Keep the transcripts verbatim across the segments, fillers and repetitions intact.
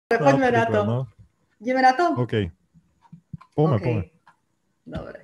Poďme na to. No. Ideme na to? OK. Poďme, okay. poďme. Dobre.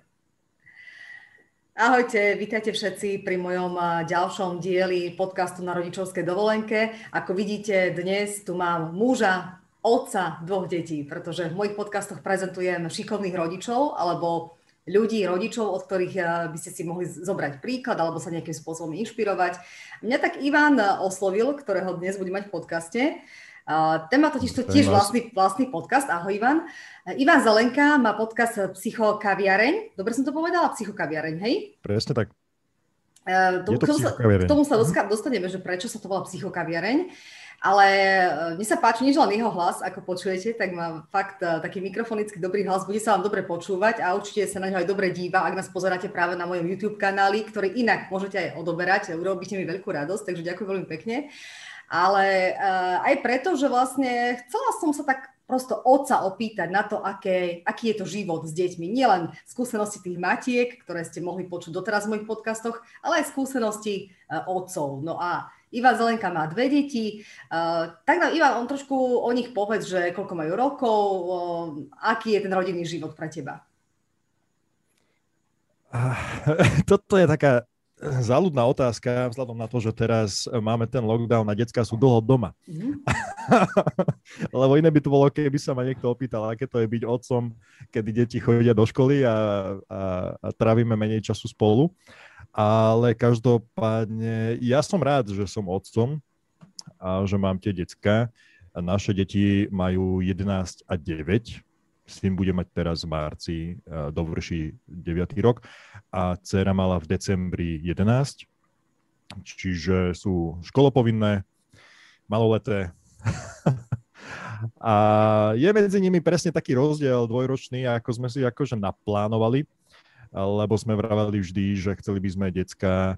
Ahojte, vítajte všetci pri mojom ďalšom dieli podcastu na rodičovskej dovolenke. Ako vidíte, dnes tu mám muža, otca dvoch detí, pretože v mojich podcastoch prezentujem šikovných rodičov alebo ľudí, rodičov, od ktorých by ste si mohli zobrať príklad alebo sa nejakým spôsobom inšpirovať. Mňa tak Ivan oslovil, ktorého dnes budem mať v podcaste. Uh, ten má totiž to tiež vlastný, vlastný podcast. Ahoj, Ivan. Uh, Ivan Zelenka má podcast Psychokaviareň. Dobre som to povedala? Psychokaviareň, hej? Presne tak. Uh, to, Je to k, tomu sa, k tomu sa dostaneme, že prečo sa to volá Psychokaviareň. Ale uh, mne sa páči, nie len jeho hlas, ako počujete, tak má fakt uh, taký mikrofonický dobrý hlas, bude sa vám dobre počúvať a určite sa na ňo aj dobre díva, ak nás pozeráte práve na mojom YouTube kanáli, ktorý inak môžete aj odoberať. Urobíte mi veľkú radosť, takže ďakujem veľmi pekne. Ale uh, aj preto, že vlastne chcela som sa tak prosto otca opýtať na to, aké, aký je to život s deťmi. Nielen skúsenosti tých matiek, ktoré ste mohli počuť doteraz v mojich podcastoch, ale aj skúsenosti uh, otcov. No a Ivan Zelenka má dve deti. Uh, tak nám, Ivan, on trošku o nich povedz, že koľko majú rokov, uh, aký je ten rodinný život pre teba? Uh, toto je taká záľudná otázka, vzhľadom na to, že teraz máme ten lockdown a decká sú dlho doma. Mm. Lebo iné by to bolo, keby sa ma niekto opýtal, aké to je byť otcom, kedy deti chodia do školy a, a, a trávime menej času spolu. Ale každopádne, ja som rád, že som otcom a že mám tie decká. Naše deti majú jedenásť a deväť. Syn bude mať teraz v marci, dovrší deviaty rok a dcéra mala v decembri jedenásť, čiže sú školopovinné, maloleté. A je medzi nimi presne taký rozdiel dvojročný, ako sme si akože naplánovali, lebo sme vravali vždy, že chceli by sme decká,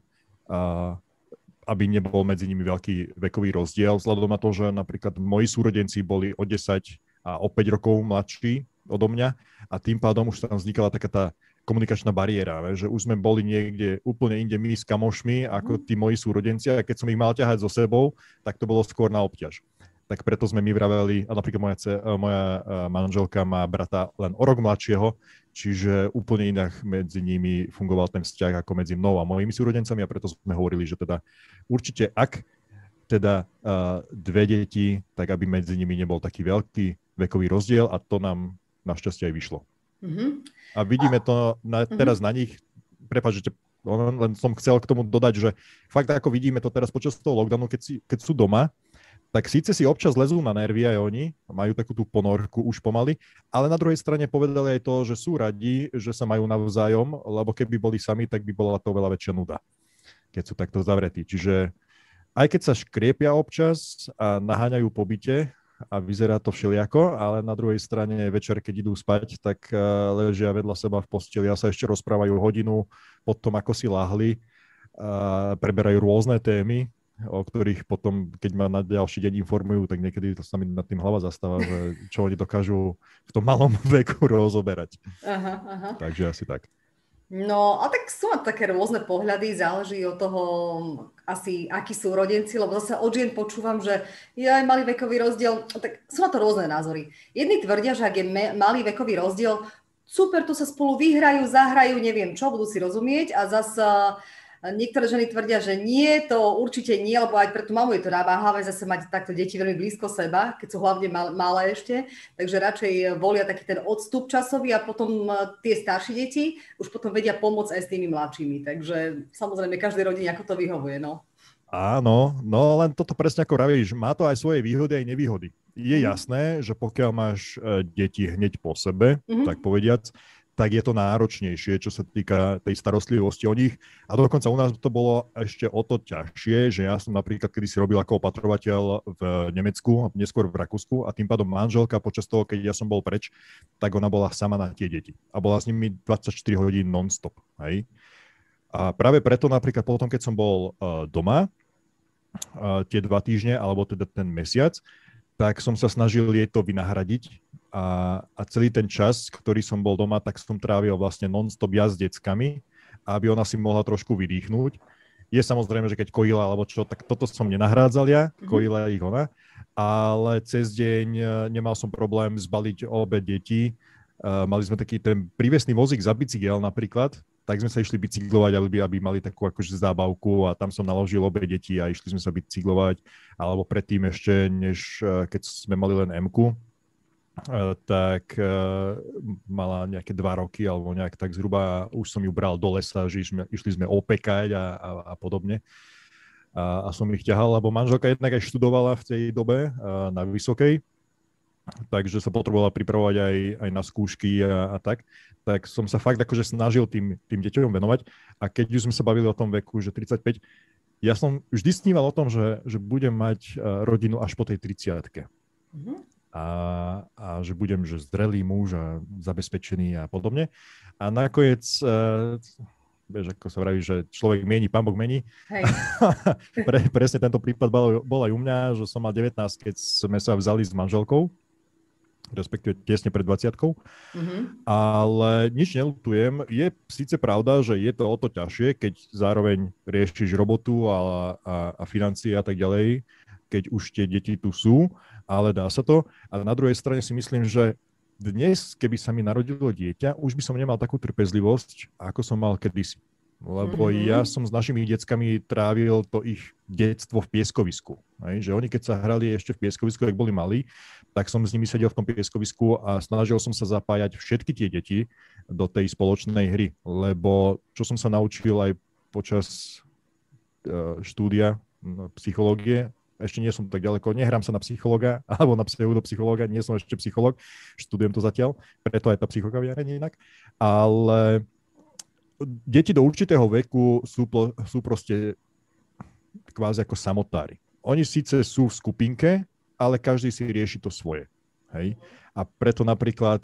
aby nebol medzi nimi veľký vekový rozdiel, vzhľadom na to, že napríklad moji súrodenci boli o desať a o päť rokov mladší odo mňa a tým pádom už tam vznikala taká tá komunikačná bariéra, že už sme boli niekde úplne inde my s kamošmi ako tí moji súrodenci a keď som ich mal ťahať so sebou, tak to bolo skôr na obťaž. Tak preto sme my vraveli, a napríklad moja, moja manželka má brata len o rok mladšieho, čiže úplne inak medzi nimi fungoval ten vzťah ako medzi mnou a mojimi súrodencami a preto sme hovorili, že teda určite ak teda uh, dve deti, tak aby medzi nimi nebol taký veľký vekový rozdiel a to nám našťastie aj vyšlo. Mm-hmm. A vidíme to na, teraz mm-hmm. na nich, prepáč, že len som chcel k tomu dodať, že fakt ako vidíme to teraz počas toho lockdownu, keď, si, keď sú doma, tak síce si občas lezú na nervy aj oni, majú takú tú ponorku už pomaly, ale na druhej strane povedali aj to, že sú radi, že sa majú navzájom, lebo keby boli sami, tak by bola to veľa väčšia nuda, keď sú takto zavretí. Čiže aj keď sa škriepia občas a naháňajú po byte a vyzerá to všelijako, ale na druhej strane večer, keď idú spať, tak ležia vedľa seba v posteli a sa ešte rozprávajú hodinu po tom, ako si lahli, a preberajú rôzne témy, o ktorých potom, keď ma na ďalší deň informujú, tak niekedy to sa mi nad tým hlava zastáva, že čo oni dokážu v tom malom veku rozoberať. Aha, aha. Takže asi tak. No, a tak sú také rôzne pohľady, záleží od toho asi, akí sú rodenci, lebo zase od žien počúvam, že je aj malý vekový rozdiel, tak sú na to rôzne názory. Jedni tvrdia, že ak je me- malý vekový rozdiel, super, tu sa spolu vyhrajú, zahrajú, neviem čo, budú si rozumieť a zase niektoré ženy tvrdia, že nie, to určite nie, lebo aj pre tú mamu je to náváhavé zase mať takto deti veľmi blízko seba, keď sú hlavne mal, malé ešte, takže radšej volia taký ten odstup časový a potom tie staršie deti už potom vedia pomôcť aj s tými mladšími, takže samozrejme každej rodine ako to vyhovuje, no. Áno, no len toto presne ako vravíš, má to aj svoje výhody aj nevýhody. Je mm. jasné, že pokiaľ máš deti hneď po sebe, mm-hmm. tak povediac, tak je to náročnejšie, čo sa týka tej starostlivosti o nich. A dokonca u nás to bolo ešte o to ťažšie, že ja som napríklad kedy si robil ako opatrovateľ v Nemecku, neskôr v Rakúsku a tým pádom manželka počas toho, keď ja som bol preč, tak ona bola sama na tie deti. A bola s nimi dvadsaťštyri hodín non-stop. Hej? A práve preto napríklad potom, keď som bol uh, doma, uh, tie dva týždne, alebo teda ten mesiac, tak som sa snažil jej to vynahradiť a, a celý ten čas, ktorý som bol doma, tak som trávil vlastne non-stop ja s deckami, aby ona si mohla trošku vydýchnuť. Je samozrejme, že keď kojila alebo čo, tak toto som nenahrádzal ja, kojila ich ona, ale cez deň nemal som problém zbaliť obe deti. Uh, mali sme taký ten prívesný vozík za bicykel napríklad, tak sme sa išli bicyklovať, aby, aby mali takú akože zábavku a tam som naložil obe deti a išli sme sa bicyklovať, alebo predtým ešte, než keď sme mali len M-ku, Uh, tak uh, mala nejaké dva roky alebo nejak tak zhruba, už som ju bral do lesa, že išli, išli sme opekať a, a, a podobne. A, a som ich ťahal, lebo manželka jednak aj študovala v tej dobe uh, na vysokej, takže sa potrebovala pripravovať aj, aj na skúšky a, a tak. Tak som sa fakt akože snažil tým, tým deťom venovať. A keď už sme sa bavili o tom veku, že tridsaťpäť, ja som vždy sníval o tom, že, že budem mať uh, rodinu až po tej tridsiatke. Mm-hmm. A, a že budem že zrelý muž a zabezpečený a podobne. A nakoniec, uh, vieš, ako sa vraví, že človek mení, pán Boh mení. Hej. Pre, presne tento prípad bol, bol aj u mňa, že som mal devätnásť, keď sme sa vzali s manželkou, respektíve tesne pred dvadsiatkou. Mm-hmm. Ale nič neľutujem. Je síce pravda, že je to o to ťažšie, keď zároveň riešiš robotu a, a, a financie a tak ďalej, keď už tie deti tu sú, ale dá sa to. A na druhej strane si myslím, že dnes, keby sa mi narodilo dieťa, už by som nemal takú trpezlivosť, ako som mal kedysi. Lebo mm-hmm. ja som s našimi deckami trávil to ich detstvo v pieskovisku. Hej? Že oni, keď sa hrali ešte v pieskovisku, ak boli malí, tak som s nimi sedel v tom pieskovisku a snažil som sa zapájať všetky tie deti do tej spoločnej hry. Lebo čo som sa naučil aj počas uh, štúdia uh, psychológie, ešte nie som tak ďaleko, nehrám sa na psychologa alebo na pseudopsychologa, nie som ešte psycholog, študujem to zatiaľ, preto aj tá psychokaviareň inak, ale deti do určitého veku sú, sú proste kvázi ako samotári. Oni síce sú v skupinke, ale každý si rieši to svoje. Hej? A preto napríklad,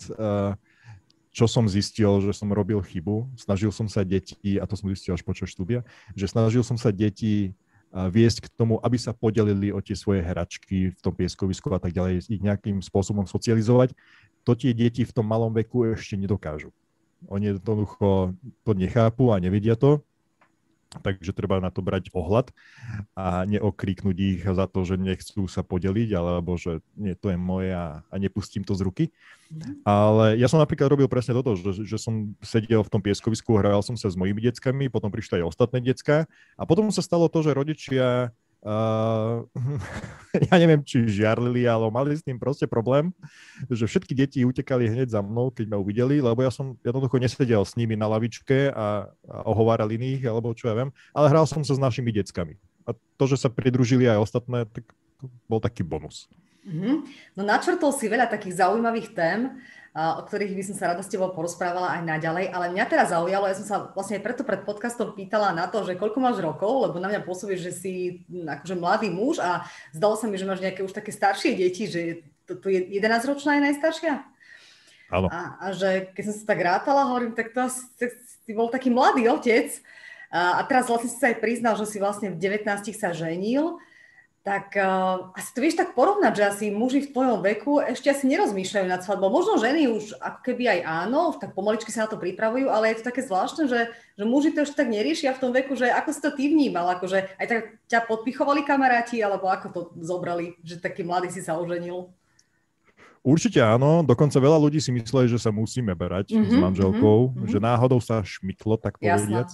čo som zistil, že som robil chybu, snažil som sa deti, a to som zistil až počas štúdia, že snažil som sa deti viesť k tomu, aby sa podelili o tie svoje hračky v tom pieskovisku a tak ďalej, ich nejakým spôsobom socializovať. To tie deti v tom malom veku ešte nedokážu. Oni jednoducho to nechápu a nevedia to, takže treba na to brať ohľad a neokríknuť ich za to, že nechcú sa podeliť, alebo že nie, to je moje a, a nepustím to z ruky. Ale ja som napríklad robil presne toto, že, že som sedel v tom pieskovisku, hral som sa s mojimi deckami, potom prišli aj ostatné decká a potom sa stalo to, že rodičia Uh, ja neviem, či žiarlili, ale mali s tým proste problém, že všetky deti utekali hneď za mnou, keď ma uvideli, lebo ja som jednoducho nesedel s nimi na lavičke a, a ohováral iných, alebo čo ja viem, ale hral som sa s našimi deckami. A to, že sa pridružili aj ostatné, tak bol taký bonus. Mm-hmm. No načrtol si veľa takých zaujímavých tém, o ktorých by som sa rada s tebou porozprávala aj naďalej, ale mňa teraz zaujalo, ja som sa vlastne aj preto pred podcastom pýtala na to, že koľko máš rokov, lebo na mňa pôsobíš, že si akože mladý muž a zdalo sa mi, že máš nejaké už také staršie deti, že to, to je jedenásťročná je najstaršia. Áno. A, a že keď som sa tak rátala, hovorím, tak to si bol taký mladý otec a, a teraz vlastne si sa aj priznal, že si vlastne v devätnástich sa ženil. Tak uh, asi to vieš tak porovnať, že asi muži v tvojom veku ešte asi nerozmýšľajú nad svadbou. Možno ženy už ako keby aj áno, tak pomaličky sa na to pripravujú, ale je to také zvláštne, že, že muži to ešte tak neriešia v tom veku, že ako si to ty vnímal, akože aj tak ťa podpichovali kamaráti, alebo ako to zobrali, že taký mladý si sa oženil? Určite áno, dokonca veľa ľudí si mysleli, že sa musíme berať mm-hmm, s manželkou, mm-hmm. že náhodou sa šmyklo, tak povediac.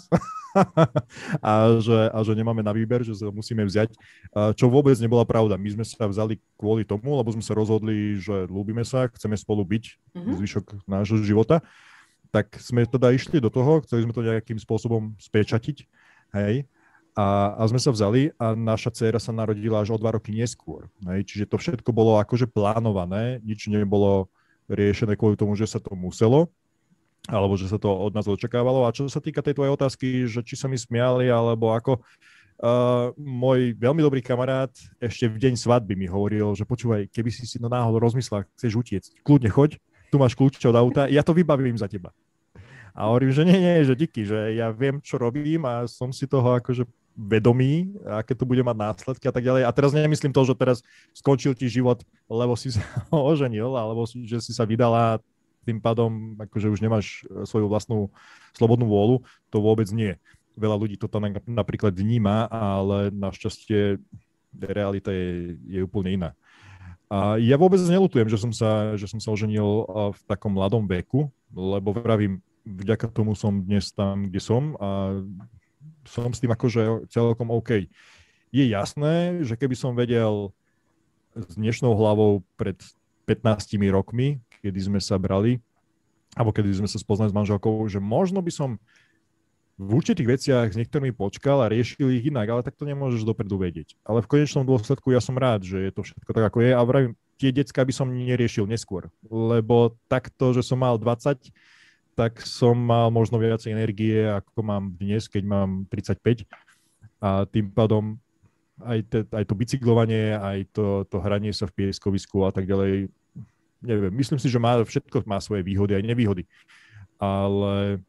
a, že, a že nemáme na výber, že sa musíme vziať, čo vôbec nebola pravda. My sme sa vzali kvôli tomu, lebo sme sa rozhodli, že ľúbime sa, chceme spolu byť mm-hmm. zvyšok nášho života, tak sme teda išli do toho, chceli sme to nejakým spôsobom spečatiť, hej. A, a sme sa vzali a naša dcéra sa narodila až o dva roky neskôr. Hej. Čiže to všetko bolo akože plánované, nič nebolo riešené kvôli tomu, že sa to muselo, alebo že sa to od nás očakávalo. A čo sa týka tej tvojej otázky, že či sa mi smiali, alebo ako, uh, môj veľmi dobrý kamarát ešte v deň svadby mi hovoril, že počúvaj, keby si si to náhodou rozmyslel, chceš utiecť, kľudne choď, tu máš kľúč od auta, ja to vybavím za teba. A hovorím, že nie, nie, že díky, že ja viem, čo robím a som si toho akože vedomí, aké to bude mať následky a tak ďalej. A teraz nemyslím to, že teraz skončil ti život, lebo si sa oženil, alebo že si sa vydala, tým pádom akože už nemáš svoju vlastnú slobodnú vôľu, to vôbec nie. veľa ľudí to tam napríklad vníma, ale našťastie realita je, je úplne iná. A ja vôbec neľutujem, že som sa, že som sa oženil v takom mladom veku, lebo vravím, vďaka tomu som dnes tam, kde som a som s tým akože celkom OK. Je jasné, že keby som vedel s dnešnou hlavou pred pätnástimi rokmi, kedy sme sa brali, alebo kedy sme sa spoznali s manželkou, že možno by som v určitých veciach s niektorými počkal a riešil ich inak, ale tak to nemôžeš dopredu vedieť. Ale v konečnom dôsledku ja som rád, že je to všetko tak, ako je a vravím, tie decká by som neriešil neskôr, lebo takto, že som mal dvadsať, tak som mal možno viacej energie, ako mám dnes, keď mám tridsaťpäť a tým pádom aj, te, aj to bicyklovanie, aj to, to hranie sa v pieskovisku a tak ďalej, neviem, myslím si, že má, všetko má svoje výhody aj nevýhody. Ale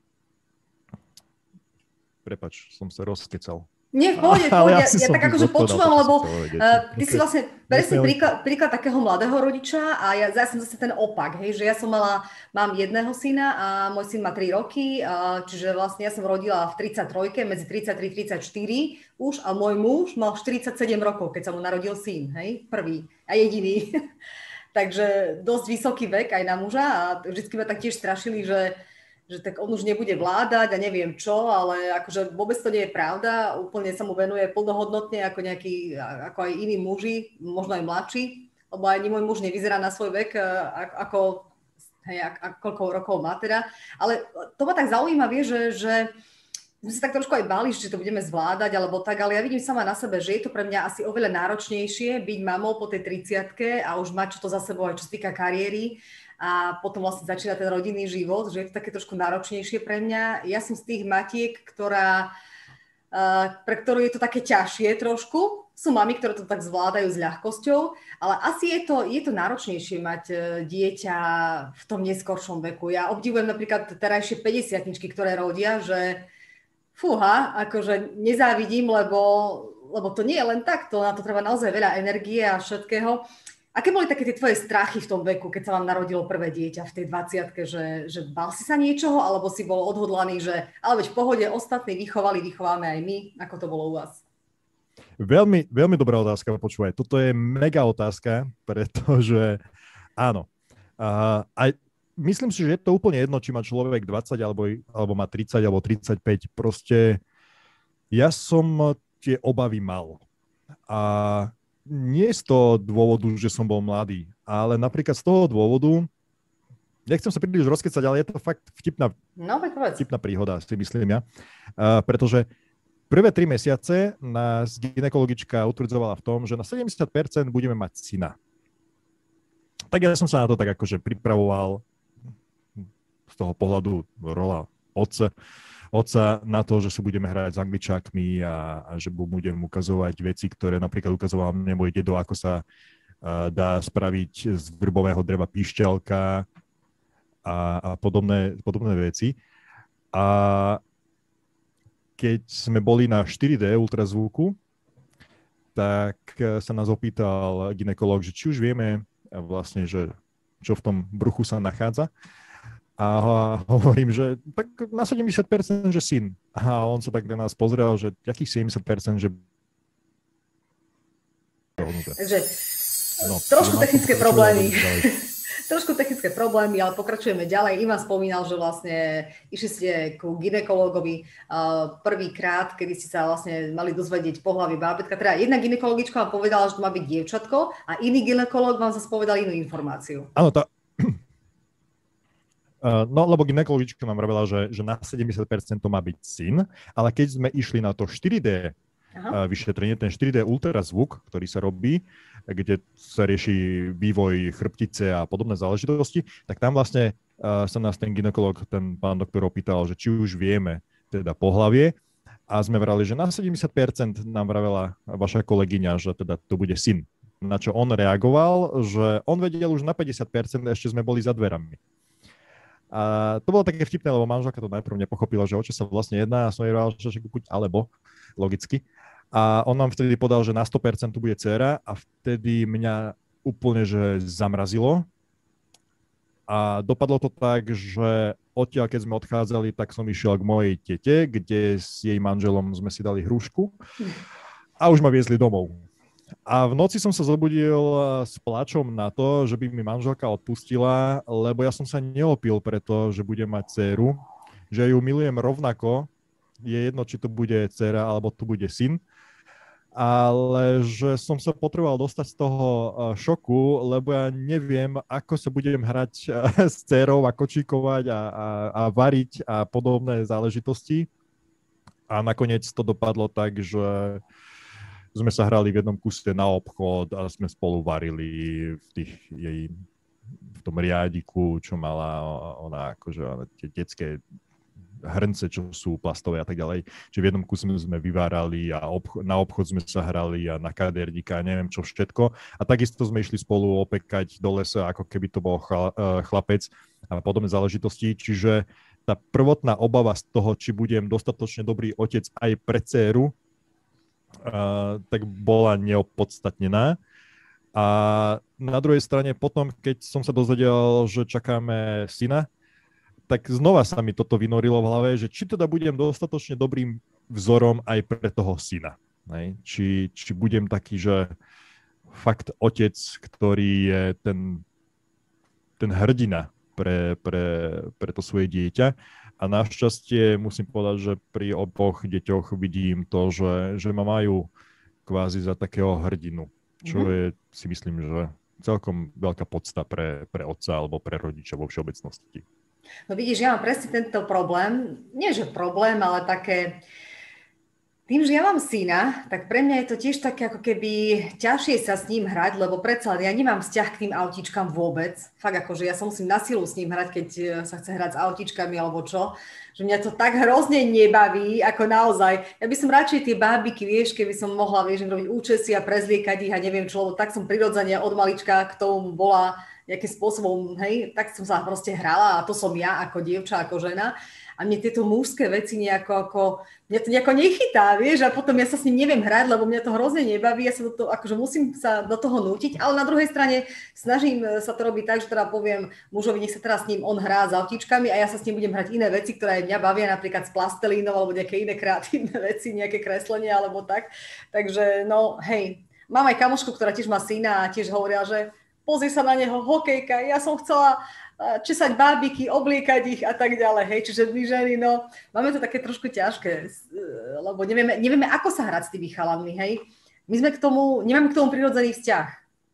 prepáč, som sa rozkecal. Nie, v pohode, v pohode. Ja, ja tak akože počúvam, lebo uh, ty si vlastne presne príklad, príklad takého mladého rodiča a ja, ja som zase ten opak, hej, že ja som mala, mám jedného syna a môj syn má tri roky, uh, čiže vlastne ja som rodila v tridsaťtrojke, medzi tridsaťtri a tridsaťštyri už a môj muž mal štyridsaťsedem rokov, keď sa mu narodil syn, hej, prvý a jediný. Takže dosť vysoký vek aj na muža a vždycky ma tak tiež strašili, že že tak on už nebude vládať a neviem čo, ale akože vôbec to nie je pravda, úplne sa mu venuje plnohodnotne ako nejaký, ako aj iní muži, možno aj mladší, lebo ani môj muž nevyzerá na svoj vek, ako, hej, ako koľko rokov má teda, ale to ma tak zaujíma, vie, že, že sme sa tak trošku aj báli, že to budeme zvládať, alebo tak, ale ja vidím sama na sebe, že je to pre mňa asi oveľa náročnejšie byť mamou po tej tridsiatke a už mať čo to za sebou aj čo sa týka kariéry, a potom vlastne začína ten rodinný život, že je to také trošku náročnejšie pre mňa. Ja som z tých matiek, ktorá, pre ktorú je to také ťažšie trošku. Sú mami, ktoré to tak zvládajú s ľahkosťou, ale asi je to, je to náročnejšie mať dieťa v tom neskoršom veku. Ja obdivujem napríklad terajšie päťdesiatničky, ktoré rodia, že fúha, akože nezávidím, lebo, lebo to nie je len tak, to na to treba naozaj veľa energie a všetkého. Aké boli také tie tvoje strachy v tom veku, keď sa vám narodilo prvé dieťa v tej dvadsiatke, že, že bál si sa niečoho, alebo si bol odhodlaný, že ale veď v pohode ostatní vychovali, vychováme aj my, ako to bolo u vás? Veľmi, veľmi dobrá otázka, počúvaj. Toto je mega otázka, pretože áno. A, aj, myslím si, že je to úplne jedno, či má človek dvadsať, alebo, alebo má tridsať, alebo tridsaťpäť. Proste ja som tie obavy mal. A nie z toho dôvodu, že som bol mladý, ale napríklad z toho dôvodu, nechcem sa príliš rozkecať, ale je to fakt vtipná, no, vtipná príhoda, si myslím ja. Uh, pretože prvé tri mesiace nás gynekologička utvrdzovala v tom, že na sedemdesiat percent budeme mať syna. Tak ja som sa na to tak akože pripravoval z toho pohľadu rola otca. Otca na to, že sa budeme hrať s Angličákmi a, a že budem ukazovať veci, ktoré napríklad ukazoval mne môj dedo, ako sa uh, dá spraviť z vrbového dreva píšťalka a, a podobné, podobné veci. A keď sme boli na štyri dé ultrazvuku, tak sa nás opýtal gynekolog, že či už vieme vlastne, že čo v tom bruchu sa nachádza. A hovorím, že tak na sedemdesiat percent, že syn. A on sa tak na nás pozrel, že jakých sedemdesiat percent, že... Takže no, trošku technické problémy. Trošku technické problémy, ale pokračujeme ďalej. Ivan spomínal, že vlastne išli ste ku gynekologovi uh, prvýkrát, kedy ste sa vlastne mali dozvedieť pohlavie bábätka. Teda jedna gynekologička vám povedala, že to má byť dievčatko a iný gynekolog vám zase povedal inú informáciu. Áno, tá... Uh, no, lebo gynekologička nám vravela, že, že na sedemdesiat percent to má byť syn, ale keď sme išli na to štyri dé uh, vyšetrenie, ten štyri dé ultrazvuk, ktorý sa robí, kde sa rieši vývoj chrbtice a podobné záležitosti, tak tam vlastne uh, sa nás ten gynekolog, ten pán doktor opýtal, že či už vieme teda pohlavie a sme vrali, že na sedemdesiat percent nám vravela vaša kolegyňa, že teda to bude syn. Na čo on reagoval, že on vedel už na päťdesiat percent, ešte sme boli za dverami. A to bolo také vtipné, lebo manželka to najprv nepochopila, že o čo sa vlastne jedná a som jej hovoril, že buď alebo, logicky. A on nám vtedy podal, že na sto percent tu bude dcéra a vtedy mňa úplne, že zamrazilo. A dopadlo to tak, že odtiaľ, keď sme odchádzali, tak som išiel k mojej tete, kde s jej manželom sme si dali hrušku a už ma viezli domov. A v noci som sa zobudil s plačom na to, že by mi manželka odpustila, lebo ja som sa neopil preto, že budem mať dcéru, že ju milujem rovnako, je jedno, či to bude dcéra alebo to bude syn, ale že som sa potreboval dostať z toho šoku, lebo ja neviem, ako sa budem hrať s dcérou a kočíkovať a, a, a variť a podobné záležitosti. A nakoniec to dopadlo tak, že sme sa hrali v jednom kuse na obchod a sme spolu varili v tých jej, v tom riadiku, čo mala ona, akože tie detské hrnce, čo sú plastové a tak ďalej. Čiže v jednom kuse sme vyvárali a obch- na obchod sme sa hrali a na kaderníka a neviem čo všetko. A takisto sme išli spolu opekať do lesa, ako keby to bol chla- chlapec a podobné záležitosti. Čiže tá prvotná obava z toho, či budem dostatočne dobrý otec aj pre dcéru, uh, tak bola neopodstatnená. A na druhej strane potom, keď som sa dozvedel, že čakáme syna, tak znova sa mi toto vynorilo v hlave, že či teda budem dostatočne dobrým vzorom aj pre toho syna. Ne? Či, či budem taký, že fakt otec, ktorý je ten, ten hrdina pre, pre, pre to svoje dieťa. A našťastie musím povedať, že pri oboch deťoch vidím to, že, že ma majú kvázi za takého hrdinu. Čo mm-hmm. je, si myslím, že celkom veľká podsta pre, pre otca alebo pre rodiča vo všeobecnosti. No vidíš, ja mám presne tento problém, nie že problém, ale také, tým, že ja mám syna, tak pre mňa je to tiež také ako keby ťažšie sa s ním hrať, lebo predsa ja nemám vzťah k tým autíčkam vôbec. Fakt akože ja sa musím na silu s ním hrať, keď sa chce hrať s autíčkami alebo čo, že mňa to tak hrozne nebaví, ako naozaj. Ja by som radšej tie bábiky, vieš, keby som mohla, vieš, robiť účesy a prezliekať ich a neviem čo, lebo tak som prirodzene od malička k tomu bola, nejakým spôsobom, hej, tak som sa proste hrala a to som ja ako dievča, ako žena. A mne tieto mužské veci nejako, ako, mňa to nejako nechytá, vieš, a potom ja sa s ním neviem hrať, lebo mňa to hrozne nebaví, ja sa do toho, akože musím sa do toho nútiť, ale na druhej strane snažím sa to robiť tak, že teda poviem mužovi, nech sa teraz s ním on hrá s autíčkami a ja sa s ním budem hrať iné veci, ktoré mňa bavia, napríklad s plastelínou alebo nejaké iné kreatívne veci, nejaké kreslenie alebo tak. Takže no, hej, mám aj kamošku, ktorá tiež má syna a tiež hovorila, že pozri sa na neho, hokejka, ja som chcela česať bábiky, obliekať ich a tak ďalej, hej, čiže my ženy, no, máme to také trošku ťažké, lebo nevieme, nevieme, ako sa hrať s tými chalanmi, hej. My sme k tomu, nemáme k tomu prirodzený vzťah.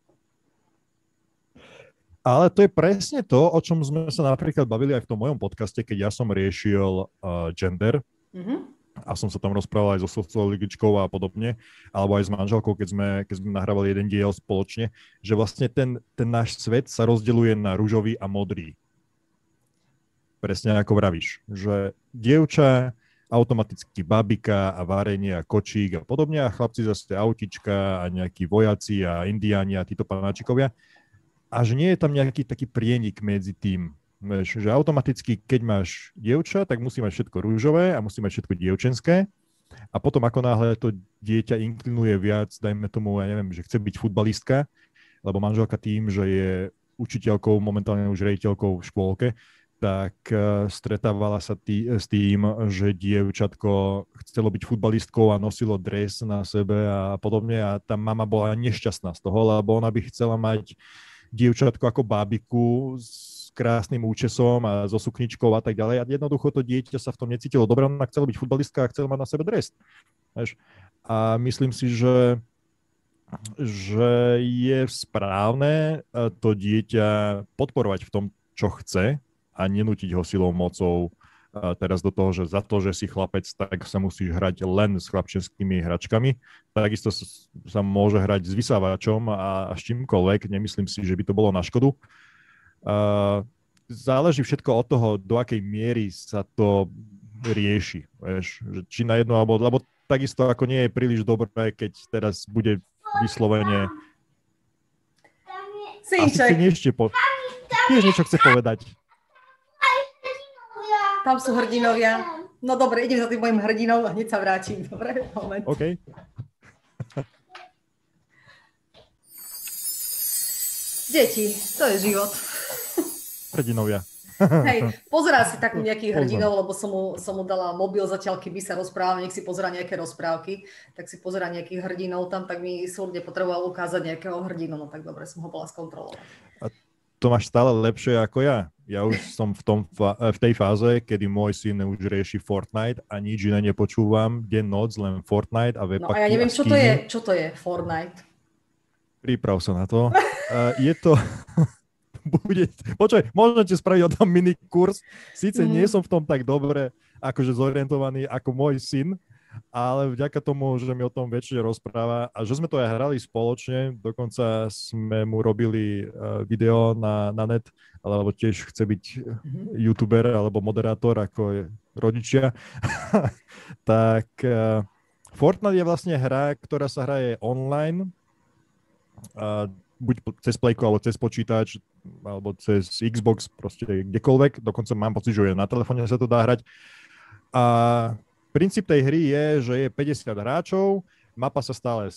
Ale to je presne to, o čom sme sa napríklad bavili aj v tom mojom podcaste, keď ja som riešil uh, gender. Mm-hmm. A som sa tam rozprával aj so sociologičkou a podobne, alebo aj s manželkou, keď sme, keď sme nahrávali jeden diel spoločne, že vlastne ten, ten náš svet sa rozdeľuje na ružový a modrý. Presne ako vravíš, že dievča, automaticky babika a varenie a kočík a podobne, a chlapci zase autička a nejakí vojaci a indiáni a títo panáčikovia. A že nie je tam nejaký taký prienik medzi tým. Že automaticky, keď máš dievča, tak musí mať všetko rúžové a musí mať všetko dievčenské. A potom ako náhle to dieťa inklinuje viac, dajme tomu, ja neviem, že chce byť futbalistka, lebo manželka tým, že je učiteľkou, momentálne už riaditeľkou v škôlke, tak stretávala sa tý, s tým, že dievčatko chcelo byť futbalistkou a nosilo dres na sebe a podobne. A tá mama bola nešťastná z toho, lebo ona by chcela mať dievčatko ako bábiku s krásnym účesom a so sukničkou a tak ďalej. A jednoducho to dieťa sa v tom necítilo dobre, ona chcela byť futbalistka a chcela mať na sebe dres. A myslím si, že, že je správne to dieťa podporovať v tom, čo chce a nenútiť ho silou mocou teraz do toho, že za to, že si chlapec, tak sa musíš hrať len s chlapčenskými hračkami. Takisto sa môže hrať s vysávačom a, a s čímkoľvek. Nemyslím si, že by to bolo na škodu. Uh, záleží všetko od toho, do akej miery sa to rieši. Vieš, že či na jedno, alebo, lebo takisto ako nie je príliš dobré, keď teraz bude vyslovene... Synček. Asi ešte po... Tiež niečo chce povedať. Tam sú hrdinovia. No dobre, idem za tým mojim hrdinom a hneď sa vrátim. Dobre, moment. OK. Deti, to je život. hrdinovia. Hej, pozerá si takú nejakých hrdinov, lebo som mu, som mu dala mobil zatiaľ, keby sa rozprával, nech si pozerá nejaké rozprávky, tak si pozerá nejakých hrdinov tam, tak mi súdne potreboval ukázať nejakého hrdinu, no tak dobre, som ho bola skontrolovať. A to máš stále lepšie ako ja. Ja už som v, tom, v tej fáze, kedy môj syn už rieši Fortnite a nič iné nepočúvam, deň, noc, len Fortnite a No vepaky a ja neviem, a čo to je, čo to je Fortnite? Príprav sa na to. Uh, je to... Bude, počkaj, možno ti spraviť o tom mini kurz. Síce mm. nie som v tom tak dobre akože zorientovaný ako môj syn, ale vďaka tomu, že mi o tom väčšine rozpráva a že sme to aj hrali spoločne, dokonca sme mu robili uh, video na, na net, alebo tiež chce byť mm-hmm. youtuber alebo moderátor ako je rodičia, tak uh, Fortnite je vlastne hra, ktorá sa hraje online, uh, buď cez Playku, alebo cez počítač, alebo cez Xbox, proste kdekoľvek. Dokonca mám pocit, že na telefóne sa to dá hrať. A princíp tej hry je, že je päťdesiat hráčov, mapa sa stále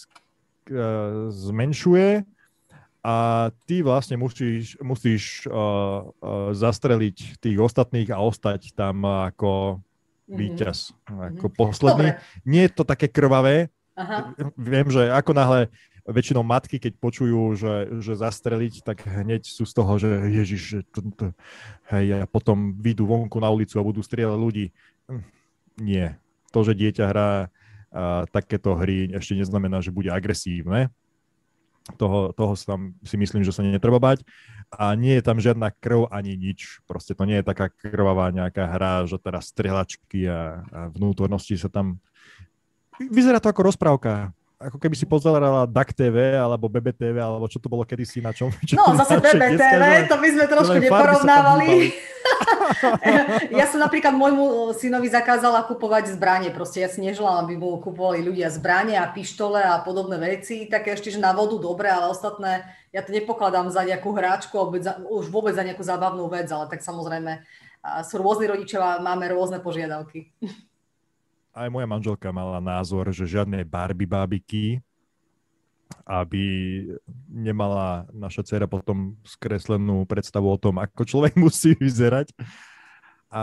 zmenšuje a ty vlastne musíš, musíš uh, uh, zastreliť tých ostatných a ostať tam ako víťaz, mm-hmm. ako posledný. Dobre. Nie je to také krvavé. Aha. Viem, že ako náhle väčšinou matky, keď počujú, že, že zastreliť, tak hneď sú z toho, že ježiš, že to, to, hej, a potom vyjdú vonku na ulicu a budú strieľať ľudí. Nie. To, že dieťa hrá a, takéto hry, ešte neznamená, že bude agresívne. Toho, toho tam si myslím, že sa netreba bať. A nie je tam žiadna krv ani nič. Proste to nie je taká krvavá nejaká hra, že teraz strieľačky a, a vnútornosti sa tam... Vyzerá to ako rozprávka. Ako keby si pozerala D A C té vé alebo bé bé té vé, alebo čo to bolo kedysi na čom. Čo no, zase bé bé té vé, to by sme trošku neporovnávali. Ja som napríklad môjmu synovi zakázala kupovať zbranie. Proste ja si neželám, aby mu kupovali ľudia zbranie a pištole a podobné veci. Také ešte, že na vodu dobre, ale ostatné, ja to nepokladám za nejakú hráčku, už vôbec za nejakú zábavnú vec, ale tak samozrejme sú rôzni rodičia a máme rôzne požiadavky. Aj moja manželka mala názor, že žiadne Barbie bábiky, aby nemala naša dcera potom skreslenú predstavu o tom, ako človek musí vyzerať. A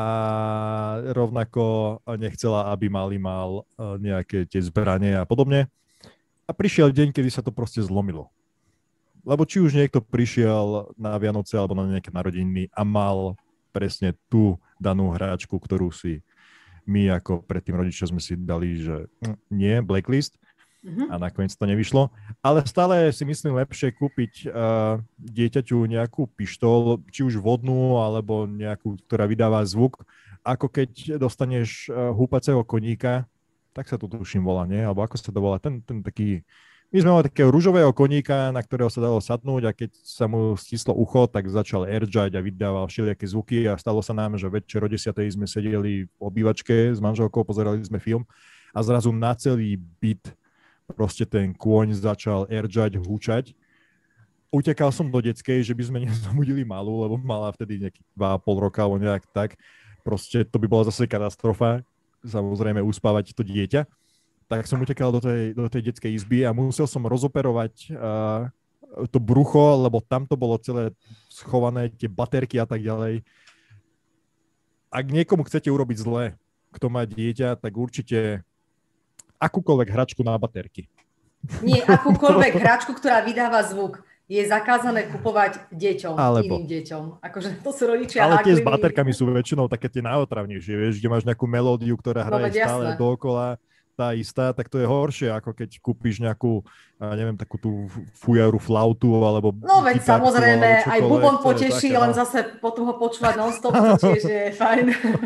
rovnako nechcela, aby mali mal nejaké tie zbranie a podobne. A prišiel deň, kedy sa to proste zlomilo. Lebo či už niekto prišiel na Vianoce alebo na nejaké narodeniny a mal presne tú danú hráčku, ktorú si my ako predtým rodičia sme si dali, že nie, blacklist mm-hmm. a nakoniec to nevyšlo. Ale stále si myslím lepšie kúpiť uh, dieťaťu nejakú pištol, či už vodnú, alebo nejakú, ktorá vydáva zvuk, ako keď dostaneš uh, húpacieho koníka, tak sa to tuším volá, nie? Alebo ako sa to volá, ten, ten taký... My sme mali takého ružového koníka, na ktorého sa dalo sadnúť a keď sa mu stislo ucho, tak začal airdžať a vydával všelijaké zvuky a stalo sa nám, že večer o desiatej sme sedeli v obývačke s manželkou, pozerali sme film a zrazu na celý byt proste ten kôň začal airdžať, húčať. Utekal som do detskej, že by sme nezabudili malú, lebo mala vtedy nejakých dva a pol roka alebo nejak tak. Proste to by bola zase katastrofa, samozrejme uspávať to dieťa. Tak som utekal do tej, do tej detskej izby a musel som rozoperovať uh, to brucho, lebo tam to bolo celé schované, tie baterky a tak ďalej. Ak niekomu chcete urobiť zle, kto má dieťa, tak určite akúkoľvek hračku na baterky. Nie, akúkoľvek hračku, ktorá vydáva zvuk. Je zakázané kupovať deťom, Alebo. iným deťom. Akože to sú rodičia Ale háklivní. tie s baterkami sú väčšinou také tie najotravnejšie, vieš, kde máš nejakú melódiu, ktorá hraje no, stále jasné. Dookola. Tá istá, tak to je horšie, ako keď kúpiš nejakú, neviem, takú tú fujaru flautu, alebo... No veď samozrejme, aj bubon poteší, také, len no. Zase potom ho počúvať non-stop, to tiež je fajn.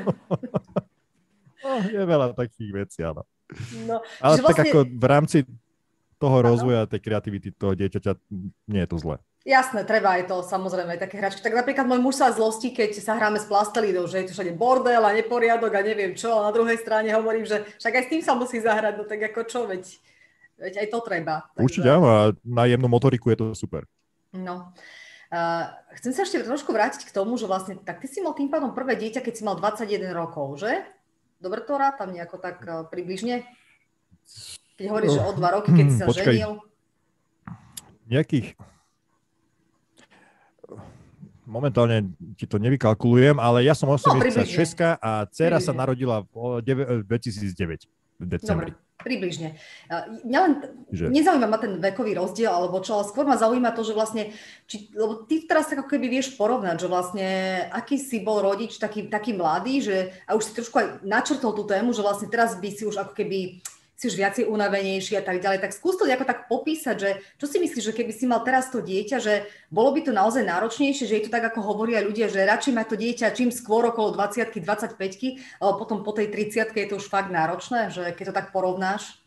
No, je veľa takých vecí, áno. No, ale tak vlastne... ako v rámci toho rozvoja, tej kreativity toho dieťaťa, nie je to zle. Jasné, treba aj to, samozrejme, aj také hračky. Tak napríklad môj muž sa zlostí, keď sa hráme s plastelínou, že je to všade bordel a neporiadok a neviem čo. A na druhej strane hovorím, že však aj s tým sa musí zahrať, no tak ako čo, veď, veď aj to treba. Určite áno, a na jemnú motoriku je to super. No. Uh, chcem sa ešte trošku vrátiť k tomu, že vlastne, tak ty si mal tým pádom prvé dieťa, keď si mal dvadsaťjeden rokov, že? Dobre to rátam nejako tak uh, približne? Keď hovoríš, že o dva roky, keď si sa ženil. Nejakých... momentálne ti to nevykalkulujem, ale ja som osemdesiatšesť no, a dcera sa narodila v dvetisícdeväť v decembri. Dobre. Približne. Mňa len že... nezaujíma ma ten vekový rozdiel, alebo čo, ale skôr ma zaujíma to, že vlastne, či, lebo ty teraz tak ako keby vieš porovnať, že vlastne aký si bol rodič taký, taký mladý, že, a už si trošku aj načrtol tú tému, že vlastne teraz by si už ako keby si už viacej unavenejší a tak ďalej, tak skús to ako tak popísať, že čo si myslíš, že keby si mal teraz to dieťa, že bolo by to naozaj náročnejšie, že je to tak, ako hovoria ľudia, že radšej mať to dieťa čím skôr okolo dvadsiatky, dvadsaťpäťky, ale potom po tej tridsiatke je to už fakt náročné, že keď to tak porovnáš?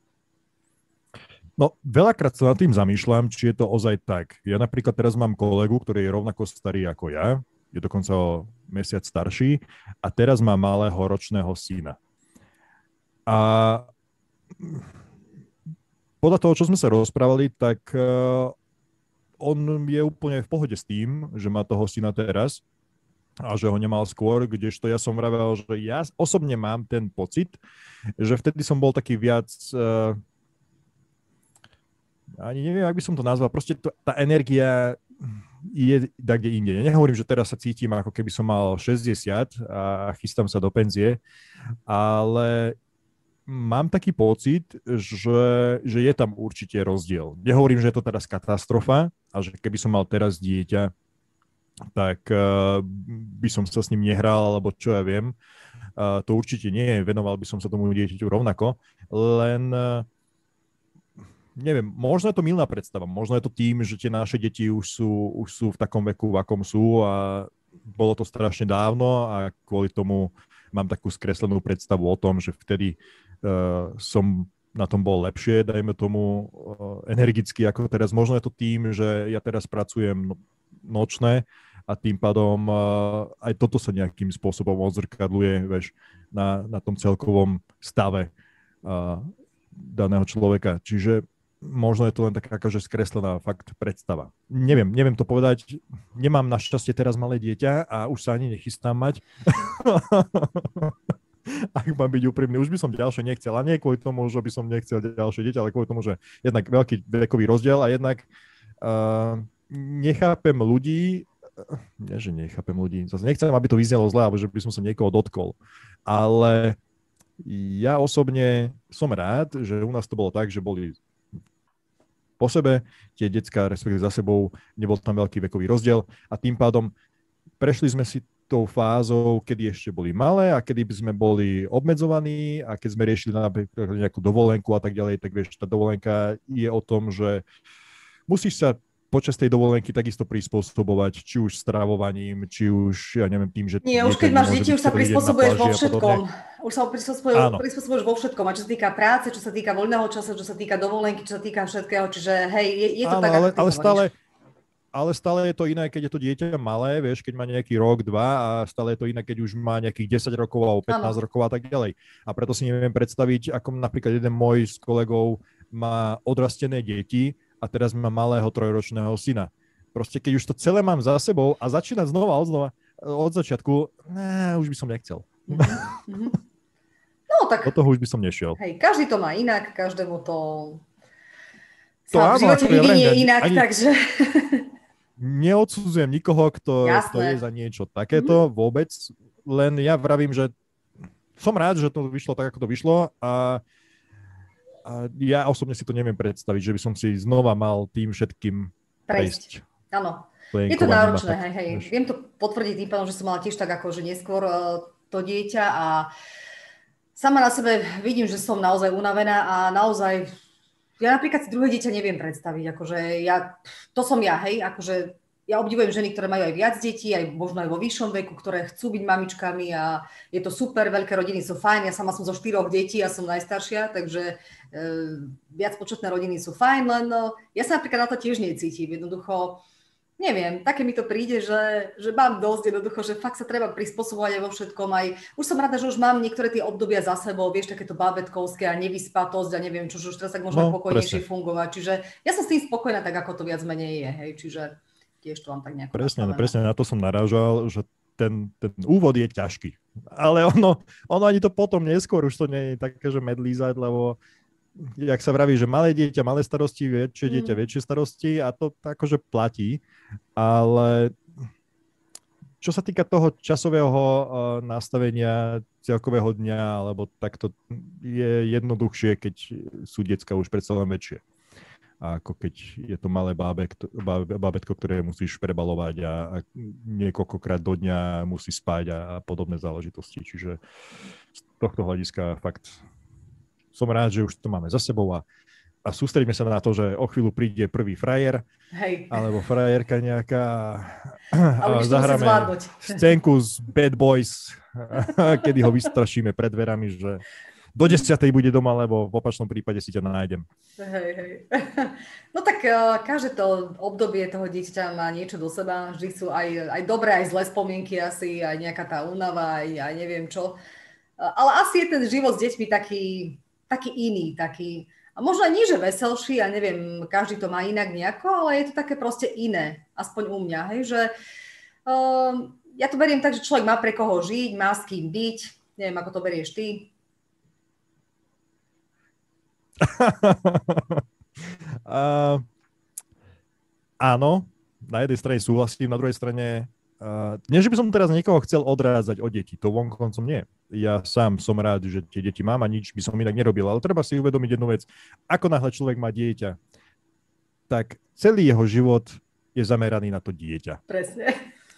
No, veľakrát sa nad tým zamýšľam, či je to ozaj tak. Ja napríklad teraz mám kolegu, ktorý je rovnako starý ako ja, je dokonca o mesiac starší a teraz má malého ročného syna. A podľa toho, čo sme sa rozprávali, tak uh, on je úplne v pohode s tým, že má toho syna teraz a že ho nemal skôr, kdežto ja som vravel, že ja osobne mám ten pocit, že vtedy som bol taký viac, uh, ani neviem, jak by som to nazval, proste to, tá energia je tak, kde inde. Nehovorím, že teraz sa cítim, ako keby som mal šesťdesiat a chystám sa do penzie, ale mám taký pocit, že, že je tam určite rozdiel. Nehovorím, že je to teraz katastrofa a že keby som mal teraz dieťa, tak uh, by som sa s ním nehral, alebo čo ja viem. Uh, to určite nie je, venoval by som sa tomu dieťaťu rovnako, len uh, neviem, možno je to mylná predstava, možno je to tým, že tie naše deti už sú, už sú v takom veku, v akom sú a bolo to strašne dávno a kvôli tomu mám takú skreslenú predstavu o tom, že vtedy Uh, som na tom bol lepšie, dajme tomu uh, energicky ako teraz. Možno je to tým, že ja teraz pracujem no, nočné a tým pádom uh, aj toto sa nejakým spôsobom odzrkadluje, vieš, na, na tom celkovom stave uh, daného človeka. Čiže možno je to len taká akože skreslená fakt predstava. Neviem, neviem to povedať. Nemám našťastie teraz malé dieťa a už sa ani nechystám mať. Ak mám byť úprimný, už by som ďalšie nechcel. A nie kvôli tomu, že by som nechcel ďalšie dieťa, ale kvôli tomu, že jednak veľký vekový rozdiel a jednak uh, nechápem ľudí, nie, že nechápem ľudí, zase nechcem, aby to vyznelo zle, alebo že by som sa niekoho dotkol. Ale ja osobne som rád, že u nás to bolo tak, že boli po sebe tie decká, respektíve za sebou, nebol tam veľký vekový rozdiel a tým pádom prešli sme si tou fázou, kedy ešte boli malé a kedy by sme boli obmedzovaní a keď sme riešili nejakú dovolenku a tak ďalej, tak vieš, tá dovolenka je o tom, že musíš sa počas tej dovolenky takisto prispôsobovať, či už stravovaním, či už, ja neviem, tým, že... Nie, už keď máš deti, už sa prispôsobuješ vo všetkom. Už sa prispôsobuješ, prispôsobuješ vo všetkom, a čo sa týka práce, čo sa týka voľného času, čo sa týka dovolenky, čo sa týka všetkého, čiže hej, je, je to áno, tak, ale, ako ty ale stále, ale stále je to iné, keď je to dieťa malé, vieš, keď má nejaký rok, dva a stále je to iné, keď už má nejakých desať rokov alebo pätnásť ano. rokov a tak ďalej. A preto si neviem predstaviť, ako napríklad jeden môj z kolegov má odrastené deti a teraz má malého trojročného syna. Proste keď už to celé mám za sebou a začínať znova od znova, od začiatku, ne, už by som nechcel. Mm-hmm. No tak... Do toho už by som nešiel. Hej, každý to má inak, každému to... To sa áno, v živote vyvinie ja inak, ani... takže... Neodsudzujem nikoho, kto, kto je za niečo takéto, mm-hmm. vôbec, len ja vravím, že som rád, že to vyšlo tak, ako to vyšlo a, a ja osobne si to neviem predstaviť, že by som si znova mal tým všetkým prejsť. Áno, je to náročné, hej, hej. Viem to potvrdiť tým pádom, že som mala tiež tak ako, že neskôr uh, to dieťa a sama na sebe vidím, že som naozaj unavená a naozaj ja napríklad si druhé dieťa neviem predstaviť, akože ja, to som ja, hej, akože ja obdivujem ženy, ktoré majú aj viac detí, aj možno aj vo vyššom veku, ktoré chcú byť mamičkami a je to super, veľké rodiny sú fajn, ja sama som zo štyroch detí, ja som najstaršia, takže e, viac početné rodiny sú fajn, len no, ja sa napríklad na to tiež necítim, jednoducho, neviem, také mi to príde, že, že mám dosť jednoducho, že fakt sa treba prispôsobovať aj vo všetkom, aj už som rada, že už mám niektoré tie obdobia za sebou, vieš, takéto bábätkovské a nevyspatosť a neviem čo, že už teraz tak môžem no, pokojnejšie presne. fungovať, čiže ja som s tým spokojná tak, ako to viac menej je, hej, čiže tiež to mám tak nejako presne, no, presne na to som narážal, že ten, ten úvod je ťažký, ale ono, ono ani to potom neskôr už to nie je také, že medlízať, lebo jak sa vraví, že malé dieťa, malé starosti, väčšie dieťa, väčšie starosti a to akože platí, ale čo sa týka toho časového uh, nastavenia celkového dňa, alebo takto je jednoduchšie, keď sú decka už predsa len väčšie. Ako keď je to malé bábek, bábätko, ktoré musíš prebalovať a, a niekoľkokrát do dňa musí spať a, a podobné záležitosti. Čiže z tohto hľadiska fakt som rád, že už to máme za sebou a, a sústredíme sa na to, že o chvíľu príde prvý frajer, hej, alebo frajerka nejaká a, a zahráme scénku z Bad Boys, kedy ho vystrašíme pred dverami, že do desiatej bude doma, lebo v opačnom prípade si ťa nájdem. Hej, hej. No tak uh, každé to obdobie toho dieťaťa má niečo do seba. Vždy sú aj, aj dobré, aj zlé spomienky asi, aj nejaká tá únava, aj, aj neviem čo. Uh, ale asi je ten život s deťmi taký, taký iný, taký, a možno aj nie, že veselší, ja neviem, každý to má inak nejako, ale je to také proste iné, aspoň u mňa, hej, že uh, ja to beriem tak, že človek má pre koho žiť, má s kým byť, neviem, ako to berieš ty. uh, áno, na jednej strane súhlasím, na druhej strane uh, nie, že by som teraz niekoho chcel odrádzať od detí, to vonkoncom nie. Ja sám som rád, že tie deti mám a nič by som inak nerobil, ale treba si uvedomiť jednu vec. Ako náhle človek má dieťa, tak celý jeho život je zameraný na to dieťa. Presne.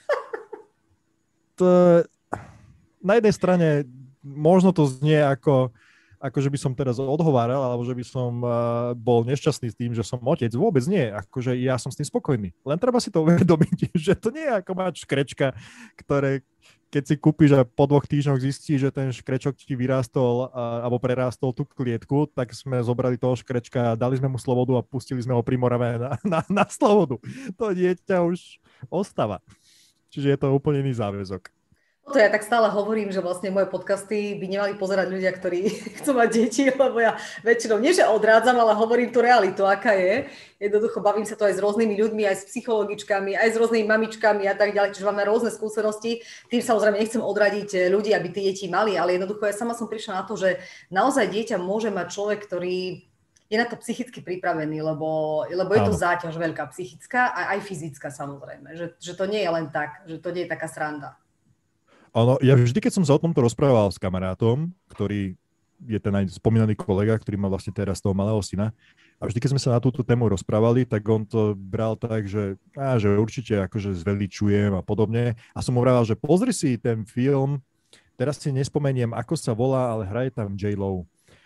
To, na jednej strane možno to znie ako akože by som teraz odhováral, alebo že by som uh, bol nešťastný s tým, že som otec. Vôbec nie. Akože ja som s tým spokojný. Len treba si to uvedomiť, že to nie je ako mať škrečka, ktoré keď si kúpiš a po dvoch týždňoch zistí, že ten škrečok ti vyrástol uh, alebo prerástol tú klietku, tak sme zobrali toho škrečka, dali sme mu slobodu a pustili sme ho pri Morave na, na, na slobodu. To dieťa už ostáva. Čiže je to úplne iný záväzok. To ja tak stále hovorím, že vlastne moje podcasty by nemali pozerať ľudia, ktorí chcú mať deti, lebo ja väčšinou nie, že odrádzam, ale hovorím tú realitu, aká je. Jednoducho bavím sa to aj s rôznymi ľuďmi, aj s psychologičkami, aj s rôznymi mamičkami a tak ďalej, čiže máme rôzne skúsenosti. Tým samozrejme nechcem odradiť ľudí, aby tie deti mali, ale jednoducho ja sama som prišla na to, že naozaj dieťa môže mať človek, ktorý je na to psychicky pripravený, lebo, lebo je to záťaž veľká psychická a aj fyzická samozrejme, že, že to nie je len tak, že to nie je taká sranda. Ono, ja vždy, keď som sa o tomto rozprával s kamarátom, ktorý je ten aj spomínaný kolega, ktorý má vlastne teraz toho malého syna, a vždy, keď sme sa na túto tému rozprávali, tak on to bral tak, že, á, že určite akože zveličujem a podobne. A som mu vravel, že pozri si ten film, teraz si nespomeniem, ako sa volá, ale hraje tam J-Lo,